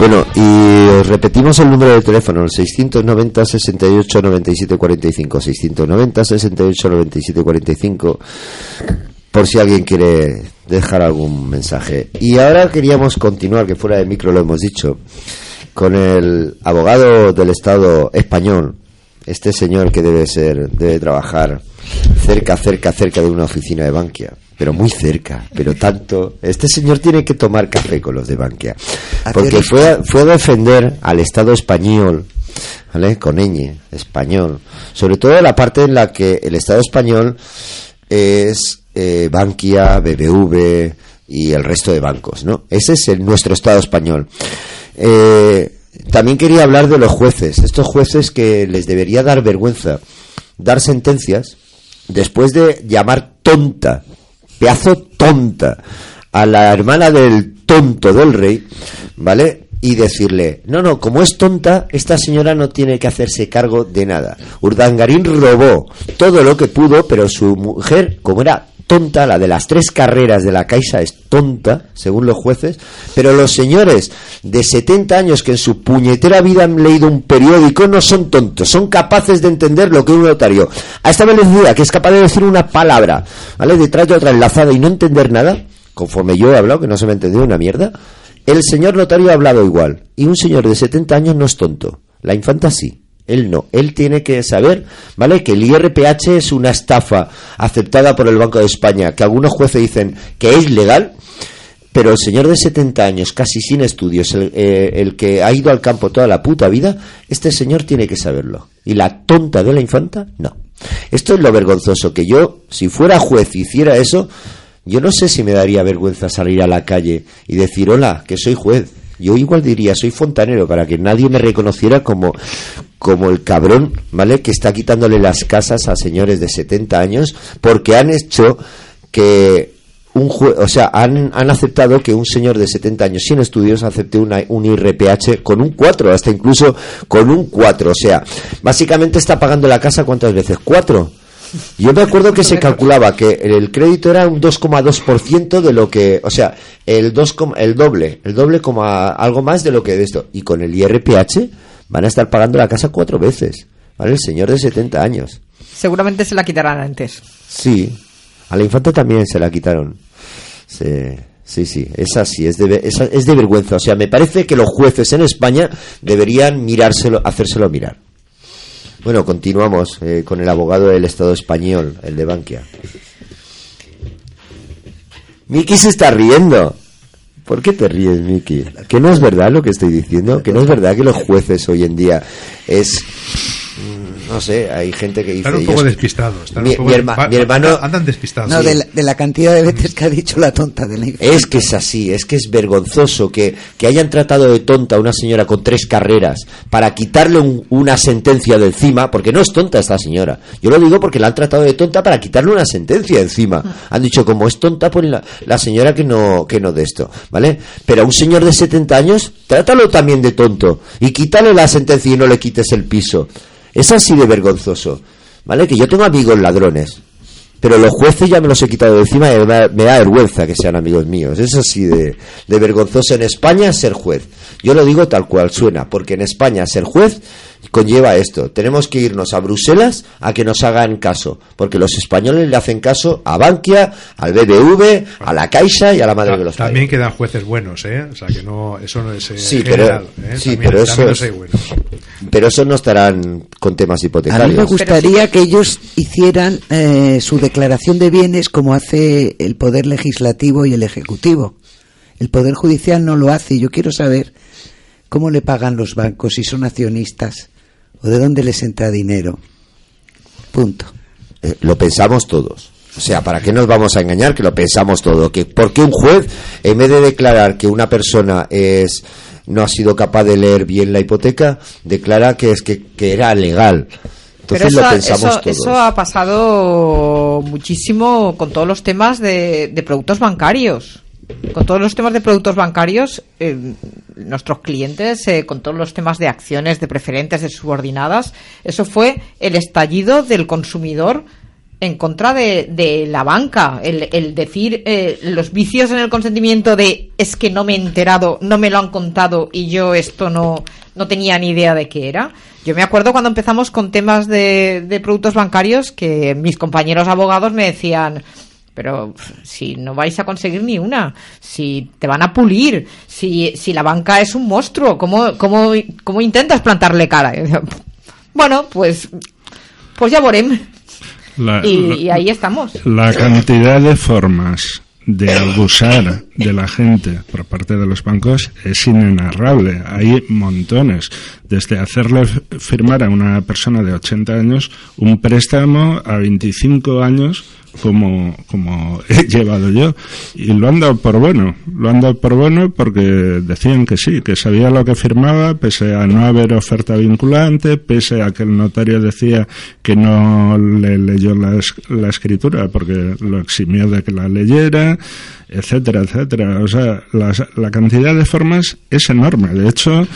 Speaker 1: Bueno, y os repetimos el número de teléfono, el 690 68 97 45, 690 68 97 45, por si alguien quiere dejar algún mensaje. Y ahora queríamos continuar, que fuera de micro lo hemos dicho, con el abogado del Estado español, este señor que debe trabajar cerca de una oficina de Bankia, pero muy cerca, pero tanto. Este señor tiene que tomar café con los de Bankia, porque fue a defender al Estado español, ¿vale? Con ñ, español, sobre todo la parte en la que el Estado español es Bankia, BBV y el resto de bancos, ¿no? Ese es nuestro Estado español. También quería hablar de los jueces, estos jueces que les debería dar vergüenza dar sentencias después de llamar tonta, pedazo tonta, a la hermana del tonto del rey, ¿vale? Y decirle, no, como es tonta, esta señora no tiene que hacerse cargo de nada. Urdangarín robó todo lo que pudo, pero su mujer, como era tonta, la de las 3 carreras de la Caixa es tonta, según los jueces, pero los señores de 70 años que en su puñetera vida han leído un periódico no son tontos, son capaces de entender lo que un notario, a esta velocidad, que es capaz de decir una palabra, ¿vale?, detrás de otra enlazada y no entender nada, conforme yo he hablado, que no se me ha entendido una mierda. El señor notario ha hablado igual, y un señor de 70 años no es tonto, la infanta sí. Él no, él tiene que saber, ¿vale?, que el IRPH es una estafa aceptada por el Banco de España, que algunos jueces dicen que es legal, pero el señor de 70 años, casi sin estudios, el que ha ido al campo toda la puta vida, este señor tiene que saberlo. Y la tonta de la infanta, no. Esto es lo vergonzoso, que yo, si fuera juez y hiciera eso, yo no sé si me daría vergüenza salir a la calle y decir, hola, que soy juez. Yo igual diría, soy fontanero, para que nadie me reconociera como el cabrón, ¿vale?, que está quitándole las casas a señores de 70 años porque han hecho que han aceptado que un señor de 70 años sin estudios acepte un IRPH con un 4, hasta incluso con un 4. O sea, básicamente está pagando la casa, ¿cuántas veces? 4. Yo me acuerdo que se calculaba que el crédito era un 2,2% de lo que, o sea, el doble como algo más de lo que de esto. Y con el IRPH van a estar pagando la casa 4 veces, ¿vale? El señor de 70 años.
Speaker 4: Seguramente se la quitarán antes.
Speaker 1: Sí, a la infanta también se la quitaron. Sí, es así, es de vergüenza. O sea, me parece que los jueces en España deberían hacérselo mirar. Bueno, continuamos con el abogado del Estado español, el de Bankia. Miki se está riendo. ¿Por qué te ríes, Miki? ¿Que no es verdad lo que estoy diciendo? ¿Que no es verdad que los jueces hoy en día es... No sé, hay gente que dice...
Speaker 3: Están un poco despistados.
Speaker 1: Mi hermano...
Speaker 3: Andan despistados.
Speaker 2: No,
Speaker 3: sí.
Speaker 2: de la cantidad de veces que ha dicho la tonta de la infanta.
Speaker 1: Es que es así, es que es vergonzoso que hayan tratado de tonta a una señora con 3 carreras para quitarle una sentencia de encima, porque no es tonta esta señora. Yo lo digo porque la han tratado de tonta para quitarle una sentencia de encima. Han dicho, como es tonta, pues la señora que no de esto, ¿vale? Pero a un señor de 70 años, trátalo también de tonto y quítale la sentencia y no le quites el piso. Es así de vergonzoso, ¿vale? Que yo tengo amigos ladrones, pero los jueces ya me los he quitado de encima y me da vergüenza que sean amigos míos. Es así de vergonzoso en España ser juez. Yo lo digo tal cual suena, porque en España ser juez conlleva esto. Tenemos que irnos a Bruselas a que nos hagan caso, porque los españoles le hacen caso a Bankia, al BBV, a la Caixa y a la madre de los
Speaker 3: también
Speaker 1: padres.
Speaker 3: Quedan jueces buenos, ¿eh? O sea, que no, eso no es
Speaker 1: sí,
Speaker 3: general,
Speaker 1: sí,
Speaker 3: también,
Speaker 1: pero eso
Speaker 3: los hay buenos.
Speaker 1: Pero eso no estarán con temas hipotecarios.
Speaker 2: A mí me gustaría que ellos hicieran su declaración de bienes como hace el Poder Legislativo y el Ejecutivo. El Poder Judicial no lo hace y yo quiero saber cómo le pagan los bancos, si son accionistas o de dónde les entra dinero. Punto.
Speaker 1: Lo pensamos todos. O sea, ¿para qué nos vamos a engañar? Que lo pensamos todo. Que ¿por qué un juez, en vez de declarar que una persona no ha sido capaz de leer bien la hipoteca, declara que era legal? Entonces lo pensamos todos.
Speaker 4: Eso ha pasado muchísimo con todos los temas de productos bancarios. Con todos los temas de productos bancarios, nuestros clientes, con todos los temas de acciones, de preferentes, de subordinadas, eso fue el estallido del consumidor en contra de la banca, el decir los vicios en el consentimiento de es que no me he enterado, no me lo han contado y yo esto no tenía ni idea de qué era. Yo me acuerdo cuando empezamos con temas de productos bancarios que mis compañeros abogados me decían, pero si no vais a conseguir ni una, si te van a pulir, si la banca es un monstruo, ¿cómo intentas plantarle cara? Y decía, bueno, pues ya veremos. Y ahí estamos.
Speaker 5: La cantidad de formas de abusar de la gente por parte de los bancos es inenarrable. Hay montones. Desde hacerle firmar a una persona de 80 años un préstamo a 25 años como he llevado yo, y lo han dado por bueno porque decían que sí, que sabía lo que firmaba, pese a no haber oferta vinculante, pese a que el notario decía que no le leyó la escritura porque lo eximió de que la leyera, etcétera, etcétera. O sea, la cantidad de formas es enorme. De hecho,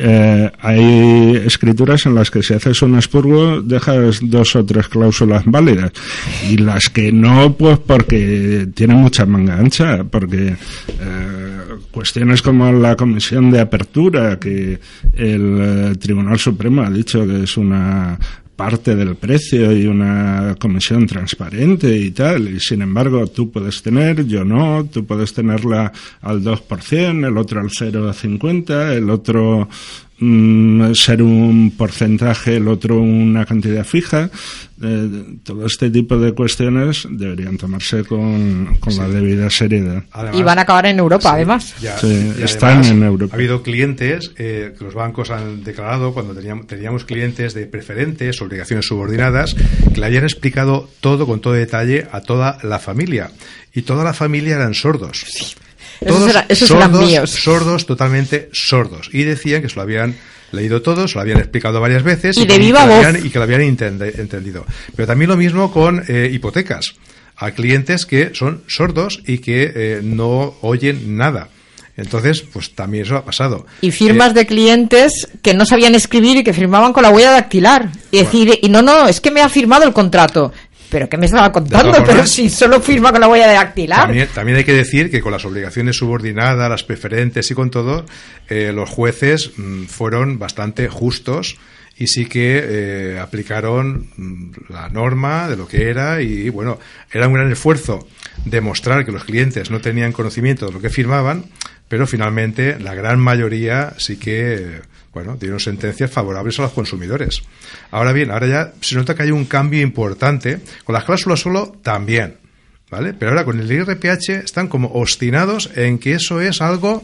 Speaker 5: hay escrituras en las que si haces un expurgo dejas 2 o 3 cláusulas válidas, y las que no, pues porque tienen mucha manga ancha, porque cuestiones como la comisión de apertura, que el Tribunal Supremo ha dicho que es una parte del precio y una comisión transparente y tal, y sin embargo tú puedes tener, yo no, tú puedes tenerla al 2%, el otro al 0,50%, el otro ser un porcentaje, el otro una cantidad fija. Todo este tipo de cuestiones deberían tomarse con la debida seriedad.
Speaker 4: Además, y van a acabar en Europa, además.
Speaker 5: Están en Europa.
Speaker 3: Ha habido clientes que los bancos han declarado, cuando teníamos clientes de preferentes, obligaciones subordinadas, que le habían explicado todo con todo detalle a toda la familia. Y toda la familia eran sordos.
Speaker 4: Sí. Esos eran míos.
Speaker 3: Sordos, totalmente sordos. Y decían que se lo habían leído todo, se lo habían explicado varias veces
Speaker 4: y de viva voz,
Speaker 3: y que lo habían entendido. Pero también lo mismo con hipotecas. A clientes que son sordos y que no oyen nada. Entonces, pues también eso ha pasado.
Speaker 4: Y firmas de clientes que no sabían escribir y que firmaban con la huella dactilar. Y decir, es que me ha firmado el contrato. ¿Pero qué me estaba contando? Pero si solo firma con la huella dactilar.
Speaker 3: También hay que decir que con las obligaciones subordinadas, las preferentes y con todo, los jueces fueron bastante justos y sí que aplicaron la norma de lo que era, y bueno, era un gran esfuerzo demostrar que los clientes no tenían conocimiento de lo que firmaban, pero finalmente la gran mayoría sí que dieron sentencias favorables a los consumidores. Ahora bien, ahora ya se nota que hay un cambio importante. Con las cláusulas suelo también, ¿vale? Pero ahora con el IRPH están como obstinados en que eso es algo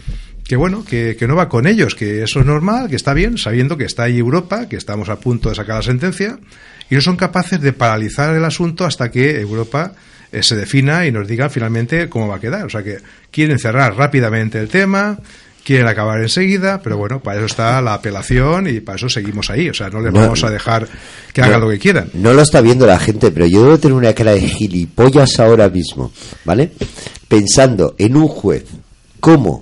Speaker 3: que no va con ellos, que eso es normal, que está bien, sabiendo que está ahí Europa, que estamos a punto de sacar la sentencia, y no son capaces de paralizar el asunto hasta que Europa se defina y nos diga finalmente cómo va a quedar. O sea que quieren cerrar rápidamente el tema, quieren acabar enseguida, pero bueno, para eso está la apelación y para eso seguimos ahí. O sea, no les vamos a dejar que hagan lo que quieran.
Speaker 1: No lo está viendo la gente, pero yo debo tener una cara de gilipollas ahora mismo, ¿vale? Pensando en un juez, ¿cómo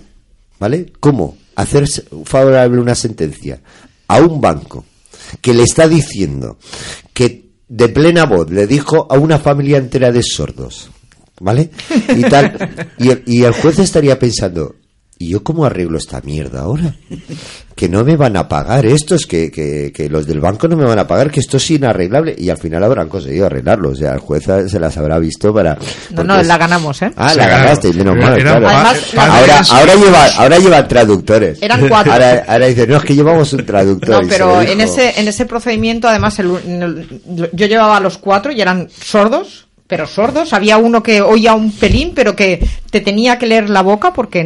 Speaker 1: hacer favorable una sentencia a un banco que le está diciendo que de plena voz le dijo a una familia entera de sordos, ¿vale? Y tal, y el juez estaría pensando, ¿y yo cómo arreglo esta mierda ahora? Que no me van a pagar estos, que los del banco no me van a pagar, que esto es inarreglable. Y al final habrán conseguido arreglarlo. O sea, el juez se las habrá visto para...
Speaker 4: No, la ganamos, ¿eh?
Speaker 1: Ah, la ganaste, menos mal, claro.
Speaker 4: Además,
Speaker 1: ahora llevan traductores.
Speaker 4: Eran 4.
Speaker 1: Ahora dicen, no, es que llevamos un traductor.
Speaker 4: No, pero en ese procedimiento, además, yo llevaba a los 4 y eran sordos. Pero sordos, había uno que oía un pelín, pero que te tenía que leer la boca porque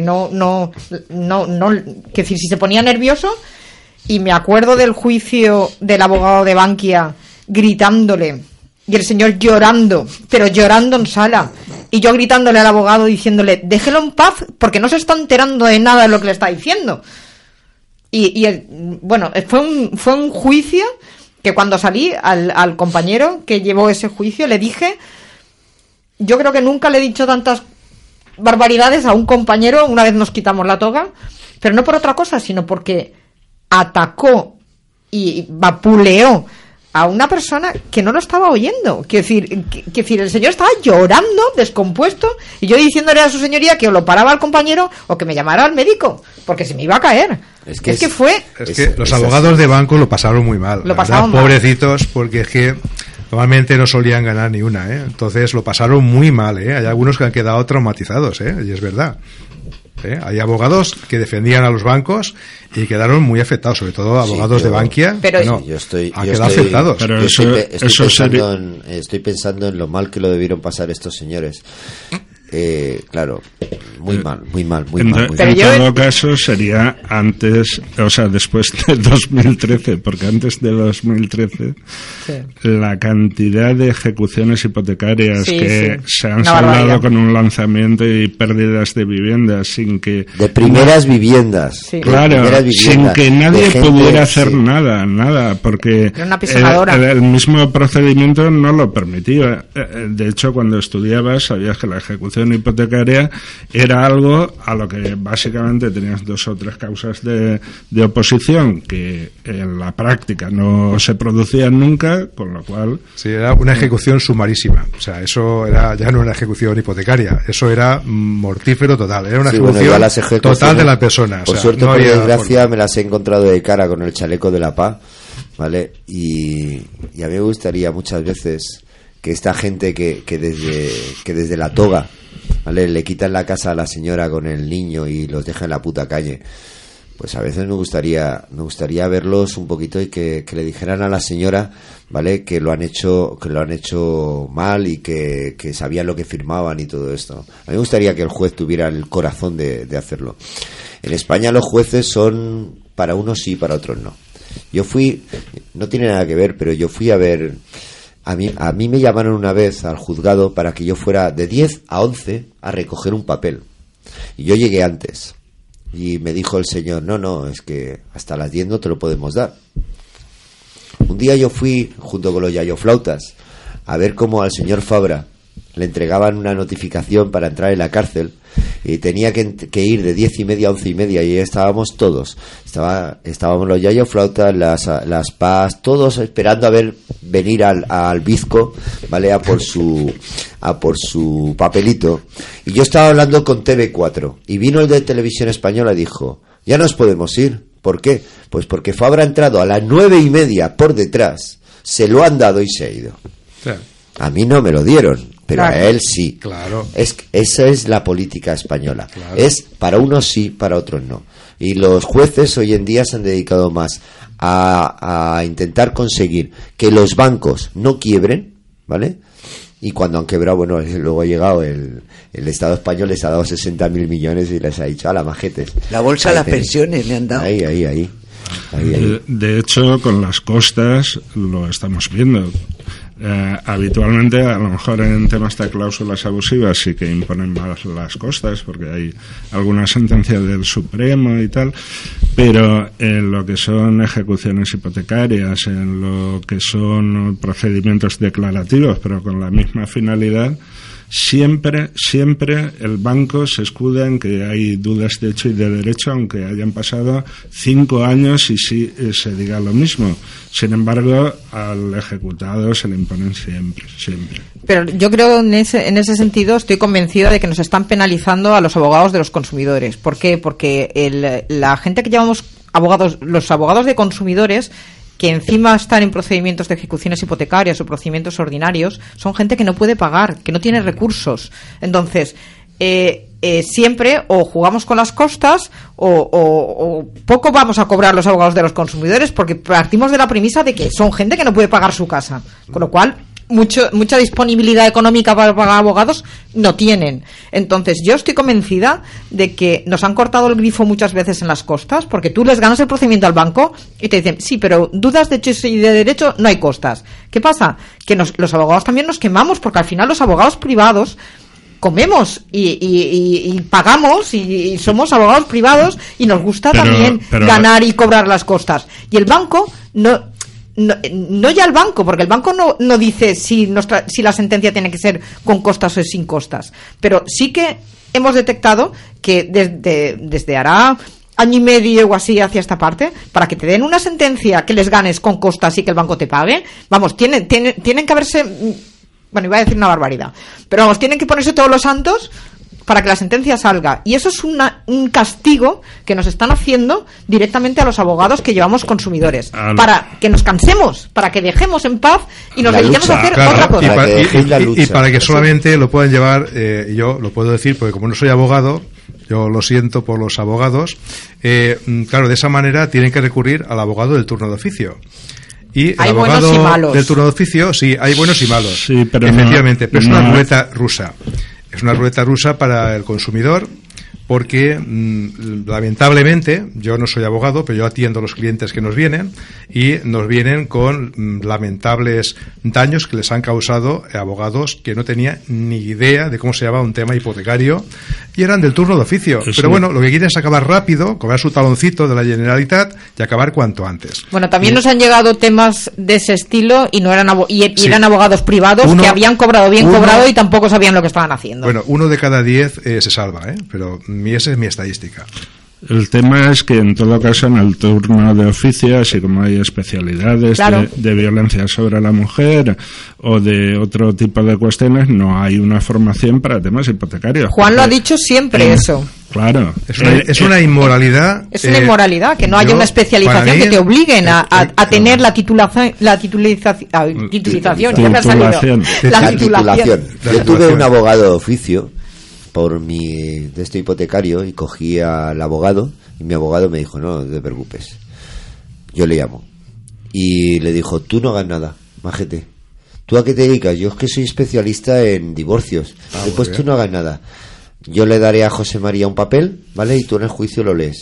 Speaker 4: que si se ponía nervioso. Y me acuerdo del juicio del abogado de Bankia gritándole y el señor llorando, pero llorando en sala, y yo gritándole al abogado diciéndole, déjelo en paz porque no se está enterando de nada de lo que le está diciendo. Fue un juicio que cuando salí al compañero que llevó ese juicio le dije, yo creo que nunca le he dicho tantas barbaridades a un compañero. Una vez nos quitamos la toga, pero no por otra cosa, sino porque atacó y vapuleó a una persona que no lo estaba oyendo. Quiero decir, el señor estaba llorando, descompuesto, y yo diciéndole a su señoría que o lo paraba al compañero o que me llamara al médico, porque se me iba a caer. Es que
Speaker 3: los abogados de banco lo pasaron muy mal.
Speaker 4: Lo pasaron mal.
Speaker 3: Pobrecitos, porque es que normalmente no solían ganar ni una, ¿eh? Entonces lo pasaron muy mal, ¿eh? Hay algunos que han quedado traumatizados, ¿eh? Y es verdad. Hay abogados que defendían a los bancos y quedaron muy afectados, sobre todo abogados de Bankia.
Speaker 4: Pero
Speaker 1: han quedado afectados. Pero estoy pensando en lo mal que lo debieron pasar estos señores. Claro, muy mal.
Speaker 5: En todo caso sería antes, o sea, después de 2013, porque antes de 2013 la cantidad de ejecuciones hipotecarias se han saldado con un lanzamiento y pérdidas de viviendas sin que
Speaker 1: de primeras viviendas,
Speaker 5: sin que nadie pudiera hacer nada, porque el mismo procedimiento no lo permitía. De hecho, cuando estudiabas sabías que la ejecución hipotecaria era algo a lo que básicamente tenías 2 o 3 causas de oposición que en la práctica no se producían nunca, con lo cual...
Speaker 3: Sí, era una ejecución sumarísima. O sea, eso era ya no una ejecución hipotecaria, eso era mortífero total. Era una ejecución total de la persona.
Speaker 1: Por suerte, por desgracia, me las he encontrado de cara con el chaleco de la paz, ¿vale? Y a mí me gustaría muchas veces que esta gente que desde la toga, ¿vale?, le quitan la casa a la señora con el niño y los deja en la puta calle, pues a veces me gustaría verlos un poquito y que le dijeran a la señora, ¿vale?, que lo han hecho mal y que sabían lo que firmaban y todo esto. A mí me gustaría que el juez tuviera el corazón de hacerlo. En España los jueces son para unos sí, para otros no. No tiene nada que ver, pero yo fui a ver... A mí me llamaron una vez al juzgado para que yo fuera de 10 a 11 a recoger un papel. Y yo llegué antes. Y me dijo el señor, no, es que hasta las 10 no te lo podemos dar. Un día yo fui, junto con los yayoflautas, a ver cómo al señor Fabra le entregaban una notificación para entrar en la cárcel y tenía que ir de 10:30 a 11:30 y ahí estábamos todos. Estábamos los yayoflautas, las PAS, todos esperando a ver venir al bizco, ¿vale?, a por su papelito. Y yo estaba hablando con TV4 y vino el de Televisión Española y dijo, ya nos podemos ir. ¿Por qué? Pues porque Fabra ha entrado a las 9:30 por detrás, se lo han dado y se ha ido. Sí. A mí no me lo dieron, pero a él sí.
Speaker 3: Claro.
Speaker 1: Esa es la política española. Claro. Es para unos sí, para otros no. Y los jueces hoy en día se han dedicado más a intentar conseguir que los bancos no quiebren, ¿vale? Y cuando han quebrado, bueno, luego ha llegado el Estado español, les ha dado 60.000 millones y les ha dicho, ¡ala, majetes!
Speaker 2: La bolsa de las pensiones le han dado.
Speaker 1: Ahí.
Speaker 5: De hecho, con las costas lo estamos viendo. Habitualmente, a lo mejor en temas de cláusulas abusivas sí que imponen más las costas porque hay alguna sentencia del Supremo y tal, pero en lo que son ejecuciones hipotecarias, en lo que son procedimientos declarativos pero con la misma finalidad, siempre el banco se escuda en que hay dudas de hecho y de derecho, aunque hayan pasado 5 años y sí se diga lo mismo. Sin embargo, al ejecutado se le imponen siempre.
Speaker 4: Pero yo creo en ese sentido estoy convencida de que nos están penalizando a los abogados de los consumidores. ¿Por qué? Porque la gente que llamamos abogados, los abogados de consumidores, que encima están en procedimientos de ejecuciones hipotecarias o procedimientos ordinarios, son gente que no puede pagar, que no tiene recursos. Entonces, siempre o jugamos con las costas o poco vamos a cobrar los abogados de los consumidores, porque partimos de la premisa de que son gente que no puede pagar su casa, con lo cual mucha disponibilidad económica para pagar abogados no tienen. Entonces yo estoy convencida de que nos han cortado el grifo muchas veces en las costas, porque tú les ganas el procedimiento al banco y te dicen, sí, pero dudas de hecho y de derecho no hay costas. ¿Qué pasa? Que los abogados también nos quemamos, porque al final los abogados privados comemos y pagamos y somos abogados privados y nos gusta también ganar y cobrar las costas. Y el banco no ya el banco, porque el banco no dice si la sentencia tiene que ser con costas o sin costas, pero sí que hemos detectado que desde hará año y medio o así hacia esta parte, para que te den una sentencia que les ganes con costas y que el banco te pague. Vamos, tienen que haberse, bueno, iba a decir una barbaridad, pero vamos, tienen que ponerse todos los santos para que la sentencia salga. Y eso es un castigo que nos están haciendo directamente a los abogados que llevamos consumidores, para que nos cansemos, para que dejemos en paz y nos dediquemos a hacer otra cosa.
Speaker 3: Y para que solamente lo puedan llevar, yo lo puedo decir porque como no soy abogado, yo lo siento por los abogados, claro, de esa manera tienen que recurrir al abogado del turno de oficio. Y el
Speaker 4: hay
Speaker 3: abogado
Speaker 4: buenos y malos.
Speaker 3: del turno de oficio, sí, hay buenos y malos,
Speaker 5: sí, pero
Speaker 3: efectivamente, pero es una
Speaker 5: no.
Speaker 3: ruleta rusa. Es una ruleta rusa para el consumidor porque lamentablemente, yo no soy abogado, pero yo atiendo a los clientes que nos vienen y nos vienen con lamentables daños que les han causado abogados que no tenían ni idea de cómo se llama un tema hipotecario y eran del turno de oficio.
Speaker 5: Sí.
Speaker 3: Pero bueno, lo que quieren es acabar rápido, cobrar su taloncito de la Generalitat y acabar cuanto antes.
Speaker 4: Bueno, también nos han llegado temas de ese estilo y no eran eran abogados privados que habían cobrado bien cobrado y tampoco sabían lo que estaban haciendo.
Speaker 3: Bueno, 1 de cada 10 se salva, pero esa es mi estadística.
Speaker 5: El tema es que en todo caso en el turno de oficio, así como hay especialidades de violencia sobre la mujer o de otro tipo de cuestiones, no hay una formación para temas hipotecarios.
Speaker 4: Juan lo ha dicho siempre eso.
Speaker 5: Claro.
Speaker 3: Es una inmoralidad.
Speaker 4: Es una inmoralidad que no haya una especialización que te obliguen a tener la titulización.
Speaker 1: Yo tuve un abogado de oficio por mi de este hipotecario y cogí al abogado y mi abogado me dijo, no te preocupes, yo le llamo y le dijo, tú no hagas nada, majete, ¿tú a qué te dedicas? Yo es que soy especialista en divorcios. Pues tú no hagas nada, yo le daré a José María un papel, ¿vale? Y tú en el juicio lo lees.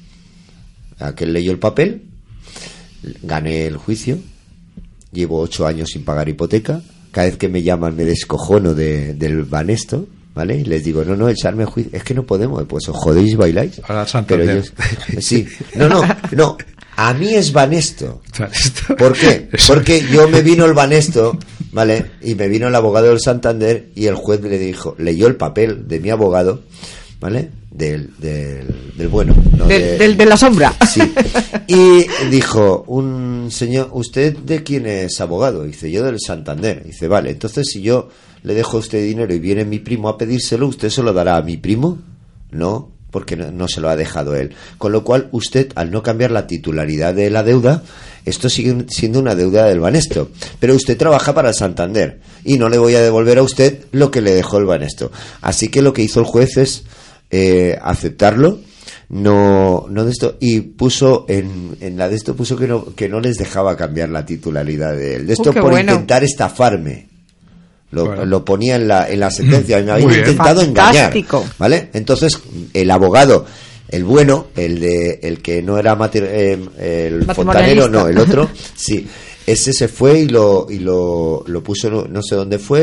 Speaker 1: Aquel leyó el papel, gané el juicio, llevo 8 años sin pagar hipoteca, cada vez que me llaman me descojono del Banesto, ¿vale? Y les digo, no, echarme juicio, es que no podemos, pues os jodéis, bailáis.
Speaker 3: Ahora Santander.
Speaker 1: Sí, no, a mí es Banesto. ¿Por qué? Porque yo me vino el Banesto, ¿vale? Y me vino el abogado del Santander y el juez le dijo, leyó el papel de mi abogado, ¿vale? Del bueno, ¿no?
Speaker 4: de la sombra.
Speaker 1: Sí. Y dijo, un señor, ¿usted de quién es abogado? Dice, yo del Santander. Dice, vale, entonces si yo le dejo a usted dinero y viene mi primo a pedírselo, ¿usted se lo dará a mi primo? No, porque no se lo ha dejado él. Con lo cual, usted, al no cambiar la titularidad de la deuda, esto sigue siendo una deuda del Banesto. Pero usted trabaja para el Santander y no le voy a devolver a usted lo que le dejó el Banesto. Así que lo que hizo el juez es aceptarlo, no de esto, y puso en la de esto puso que no les dejaba cambiar la titularidad de él. De esto por intentar estafarme. Lo ponía en la sentencia y me había intentado engañar, ¿vale? Entonces el abogado, el bueno, el que no era el fontanero, no, el otro, sí, ese se fue y lo puso, no sé dónde fue,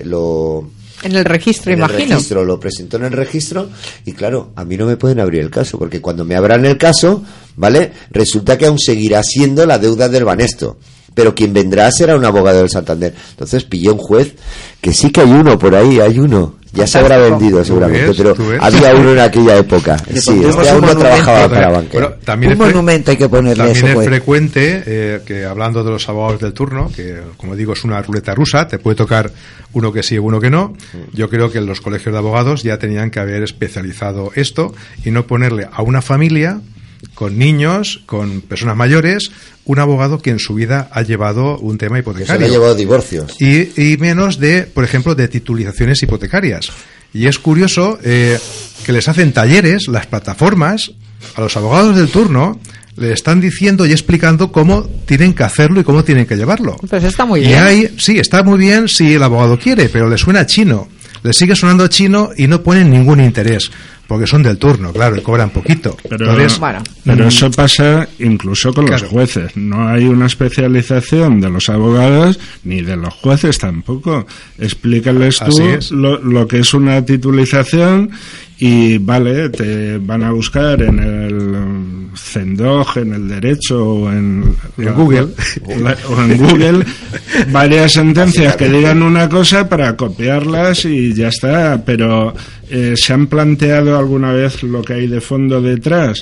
Speaker 4: en el registro, imagino.
Speaker 1: Lo presentó en el registro y claro, a mí no me pueden abrir el caso porque cuando me abran el caso, ¿vale? Resulta que aún seguirá siendo la deuda del Banesto. Pero quien vendrá será un abogado del Santander. Entonces pilló un juez, que sí que hay uno por ahí, hay uno. Ya se habrá vendido seguramente, pero había uno en aquella época. Sí, aún no trabajaba para banquero.
Speaker 3: Bueno, también
Speaker 2: monumento hay que ponerle a ese
Speaker 3: También
Speaker 2: juez.
Speaker 3: es frecuente que hablando de los abogados del turno, que como digo es una ruleta rusa, te puede tocar uno que sí, uno que no. Yo creo que los colegios de abogados ya tenían que haber especializado esto y no ponerle a una familia con niños, con personas mayores, un abogado que en su vida ha llevado un tema hipotecario.
Speaker 1: Que se le ha llevado divorcios.
Speaker 3: Y menos de, por ejemplo, de titulizaciones hipotecarias. Y es curioso que les hacen talleres, las plataformas, a los abogados del turno, le están diciendo y explicando cómo tienen que hacerlo y cómo tienen que llevarlo.
Speaker 4: Pues está muy bien.
Speaker 3: Sí, está muy bien si el abogado quiere, pero le suena chino. Le sigue sonando chino y no ponen ningún interés. Porque son del turno, claro, y cobran poquito.
Speaker 5: Pero eso pasa incluso con los jueces. No hay una especialización de los abogados ni de los jueces tampoco. Explícales tú lo que es una titulización y vale, te van a buscar en el Zendog, en el derecho o en
Speaker 3: Google
Speaker 5: o en Google varias sentencias que digan una cosa para copiarlas y ya está. Pero ¿se han planteado alguna vez lo que hay de fondo detrás?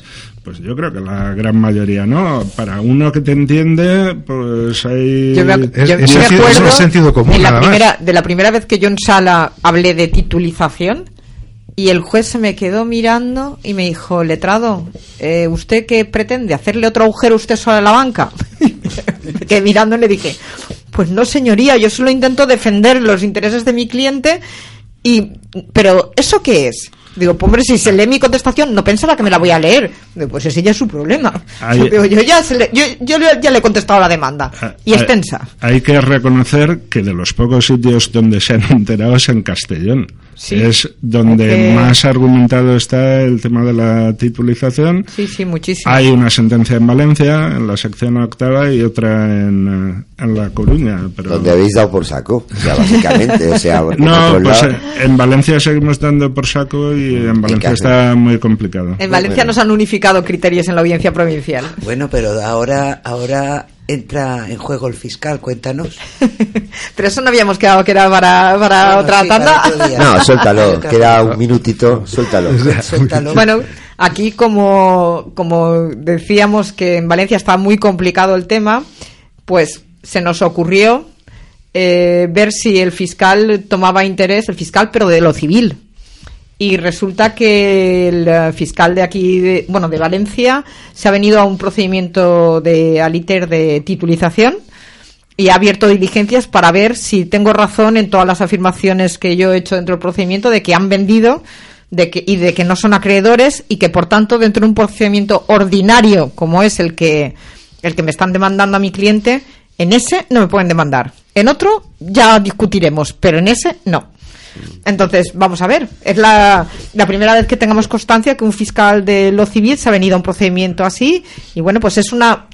Speaker 5: Pues yo creo que la gran mayoría no. Para uno que te entiende, pues hay...
Speaker 4: Yo me
Speaker 3: es
Speaker 4: acuerdo
Speaker 3: el sentido común,
Speaker 4: de la primera vez que yo en sala hablé de titulización, y el juez se me quedó mirando y me dijo: letrado, ¿usted qué pretende? ¿Hacerle otro agujero usted solo a la banca? Me quedé mirando y le dije: pues no, señoría, yo solo intento defender los intereses de mi cliente. Pero ¿eso qué es? Digo, pues hombre, si se lee mi contestación, no pensará que me la voy a leer. Digo, pues ese ya es su problema. Digo, yo ya le he contestado la demanda. Y extensa.
Speaker 5: Hay que reconocer que de los pocos sitios donde se han enterado es en Castellón. Sí, es donde más argumentado está el tema de la titulización.
Speaker 4: Sí, muchísimo.
Speaker 5: Hay una sentencia en Valencia, en la sección octava, y otra en La Coruña. Pero...
Speaker 1: Donde habéis dado por saco, o sea, básicamente. O sea,
Speaker 5: no, pues en Valencia seguimos dando por saco y en Valencia está muy complicado.
Speaker 4: En Valencia nos han unificado criterios en la audiencia provincial.
Speaker 2: Bueno, pero ahora entra en juego el fiscal, cuéntanos.
Speaker 4: Pero eso no habíamos quedado que era para otra tanda.
Speaker 1: No, suéltalo, queda un minutito, suéltalo.
Speaker 4: Bueno, aquí como decíamos que en Valencia está muy complicado el tema, pues se nos ocurrió ver si el fiscal tomaba interés, el fiscal pero de lo civil. Y resulta que el fiscal de aquí, de Valencia, se ha venido a un procedimiento de aliter de titulización y ha abierto diligencias para ver si tengo razón en todas las afirmaciones que yo he hecho dentro del procedimiento de que han vendido y de que no son acreedores, y que por tanto dentro de un procedimiento ordinario como es el que me están demandando a mi cliente, en ese no me pueden demandar. En otro ya discutiremos, pero en ese no. Entonces, vamos a ver, es la primera vez que tengamos constancia que un fiscal de lo civil se ha venido a un procedimiento así, y bueno, pues es una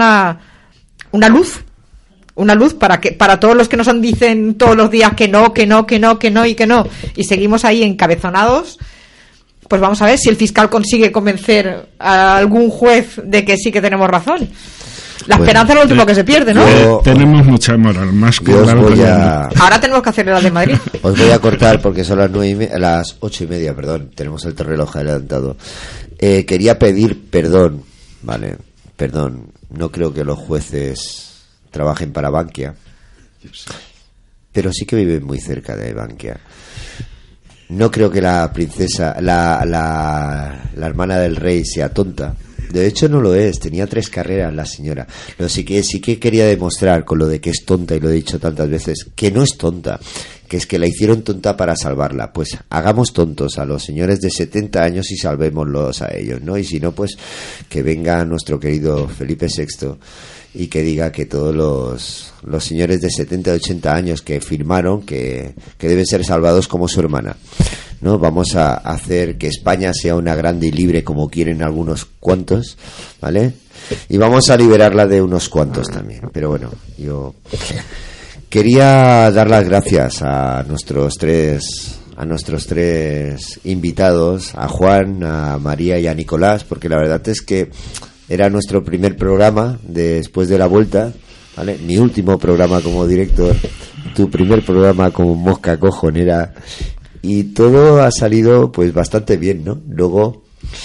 Speaker 4: luz para todos los que nos dicen todos los días que no, y seguimos ahí encabezonados. Pues vamos a ver si el fiscal consigue convencer a algún juez de que sí que tenemos razón. La esperanza es lo último que se pierde, ¿no?
Speaker 5: Tenemos mucha moral, más que
Speaker 4: Ahora tenemos que hacer la de Madrid.
Speaker 1: Os voy a cortar porque son las 8:30, perdón. Tenemos el reloj adelantado. Quería pedir perdón, ¿vale? Perdón. No creo que los jueces trabajen para Bankia, pero sí que viven muy cerca de Bankia. No creo que la princesa, la hermana del rey, sea tonta. De hecho no lo es, tenía 3 carreras la señora. Pero sí que quería demostrar con lo de que es tonta, y lo he dicho tantas veces, que no es tonta, que es que la hicieron tonta para salvarla. Pues hagamos tontos a los señores de 70 años y salvémoslos a ellos, ¿no? Y si no, pues que venga nuestro querido Felipe VI y que diga que todos los señores de 70 y 80 años que firmaron que deben ser salvados como su hermana, ¿no? Vamos a hacer que España sea una grande y libre como quieren algunos cuantos, ¿vale? Y vamos a liberarla de unos cuantos también. Pero bueno, yo quería dar las gracias a nuestros tres invitados, a Juan, a María y a Nicolás, porque la verdad es que era nuestro primer programa después de la vuelta, ¿vale? Mi último programa como director, tu primer programa como mosca cojonera, y todo ha salido pues bastante bien, ¿no? Luego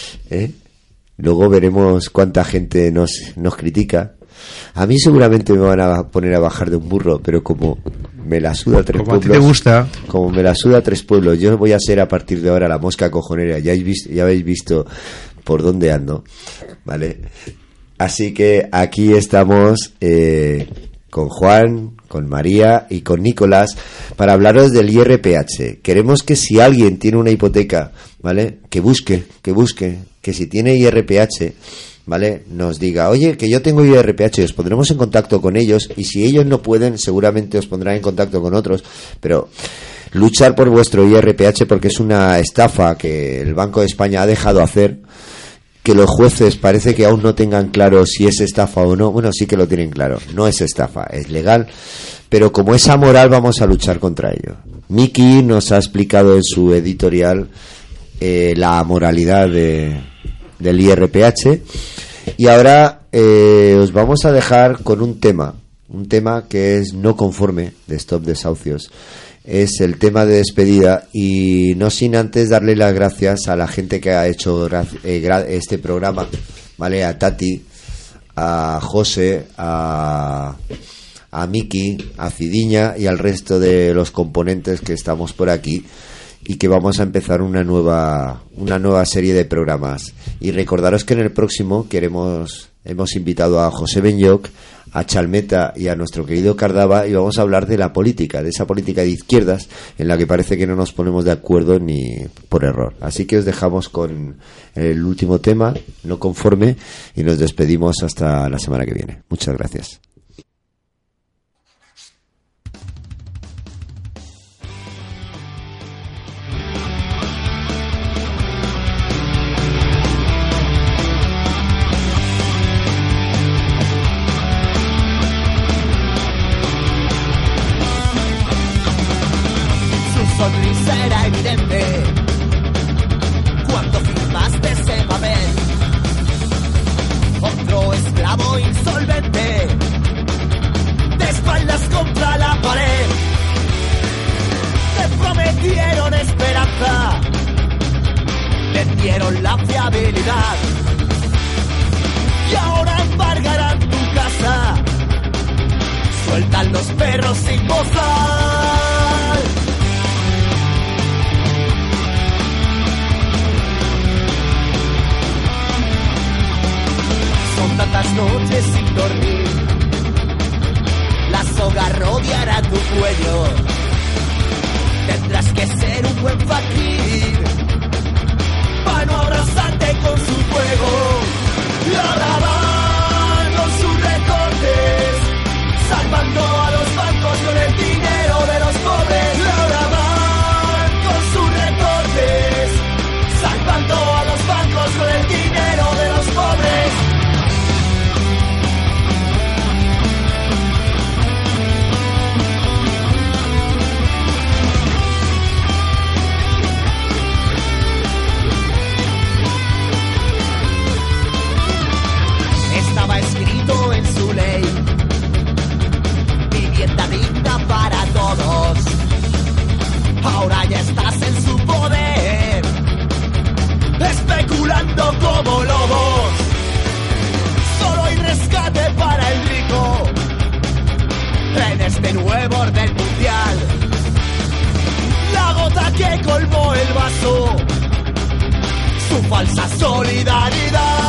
Speaker 1: veremos cuánta gente nos critica. A mí seguramente me van a poner a bajar de un burro, pero como me la suda 3 pueblos.
Speaker 3: A ti te gusta.
Speaker 1: Como me la suda 3 pueblos, yo voy a ser a partir de ahora la mosca cojonera. Ya habéis visto por dónde ando, ¿vale? Así que aquí estamos con Juan, con María y con Nicolás para hablaros del IRPH. Queremos que si alguien tiene una hipoteca, ¿vale? Que busque, que si tiene IRPH, ¿vale? Nos diga, oye, que yo tengo IRPH, os pondremos en contacto con ellos, y si ellos no pueden, seguramente os pondrán en contacto con otros, pero luchar por vuestro IRPH, porque es una estafa que el Banco de España ha dejado hacer, que los jueces parece que aún no tengan claro si es estafa o no. Bueno, sí que lo tienen claro, no es estafa, es legal, pero como es amoral vamos a luchar contra ello. Miki nos ha explicado en su editorial la amoralidad del IRPH, y ahora os vamos a dejar con un tema que es no conforme de Stop Desahucios. Es el tema de despedida, y no sin antes darle las gracias a la gente que ha hecho este programa ¿vale? A Tati, a José, a Miki, a Cidiña y al resto de los componentes que estamos por aquí, y que vamos a empezar una nueva serie de programas. Y recordaros que en el próximo hemos invitado a José Benyoc, a Chalmeta y a nuestro querido Cardava, y vamos a hablar de la política, de esa política de izquierdas en la que parece que no nos ponemos de acuerdo ni por error. Así que os dejamos con el último tema, No conforme, y nos despedimos hasta la semana que viene. Muchas gracias.
Speaker 7: Sonrisa era evidente cuando firmaste ese papel. Otro esclavo insolvente, de espaldas contra la pared. Te prometieron esperanza, le dieron la fiabilidad, y ahora embargarán tu casa. Sueltan los perros sin bozal. Son tantas noches sin dormir, la soga rodeará tu cuello. Tendrás que ser un buen fakir para no abrazarte con su fuego. Y ahora van con sus recortes, salvando a los bancos con el dinero de los pobres. Y ahora van con sus recortes, salvando a los bancos con el dinero de los pobres. Estaba escrito en su ley, vivienda digna para todos. Ahora ya estás en su poder, especulando como lobos. Solo hay rescate para el rico en este nuevo orden mundial. La gota que colmó el vaso, su falsa solidaridad.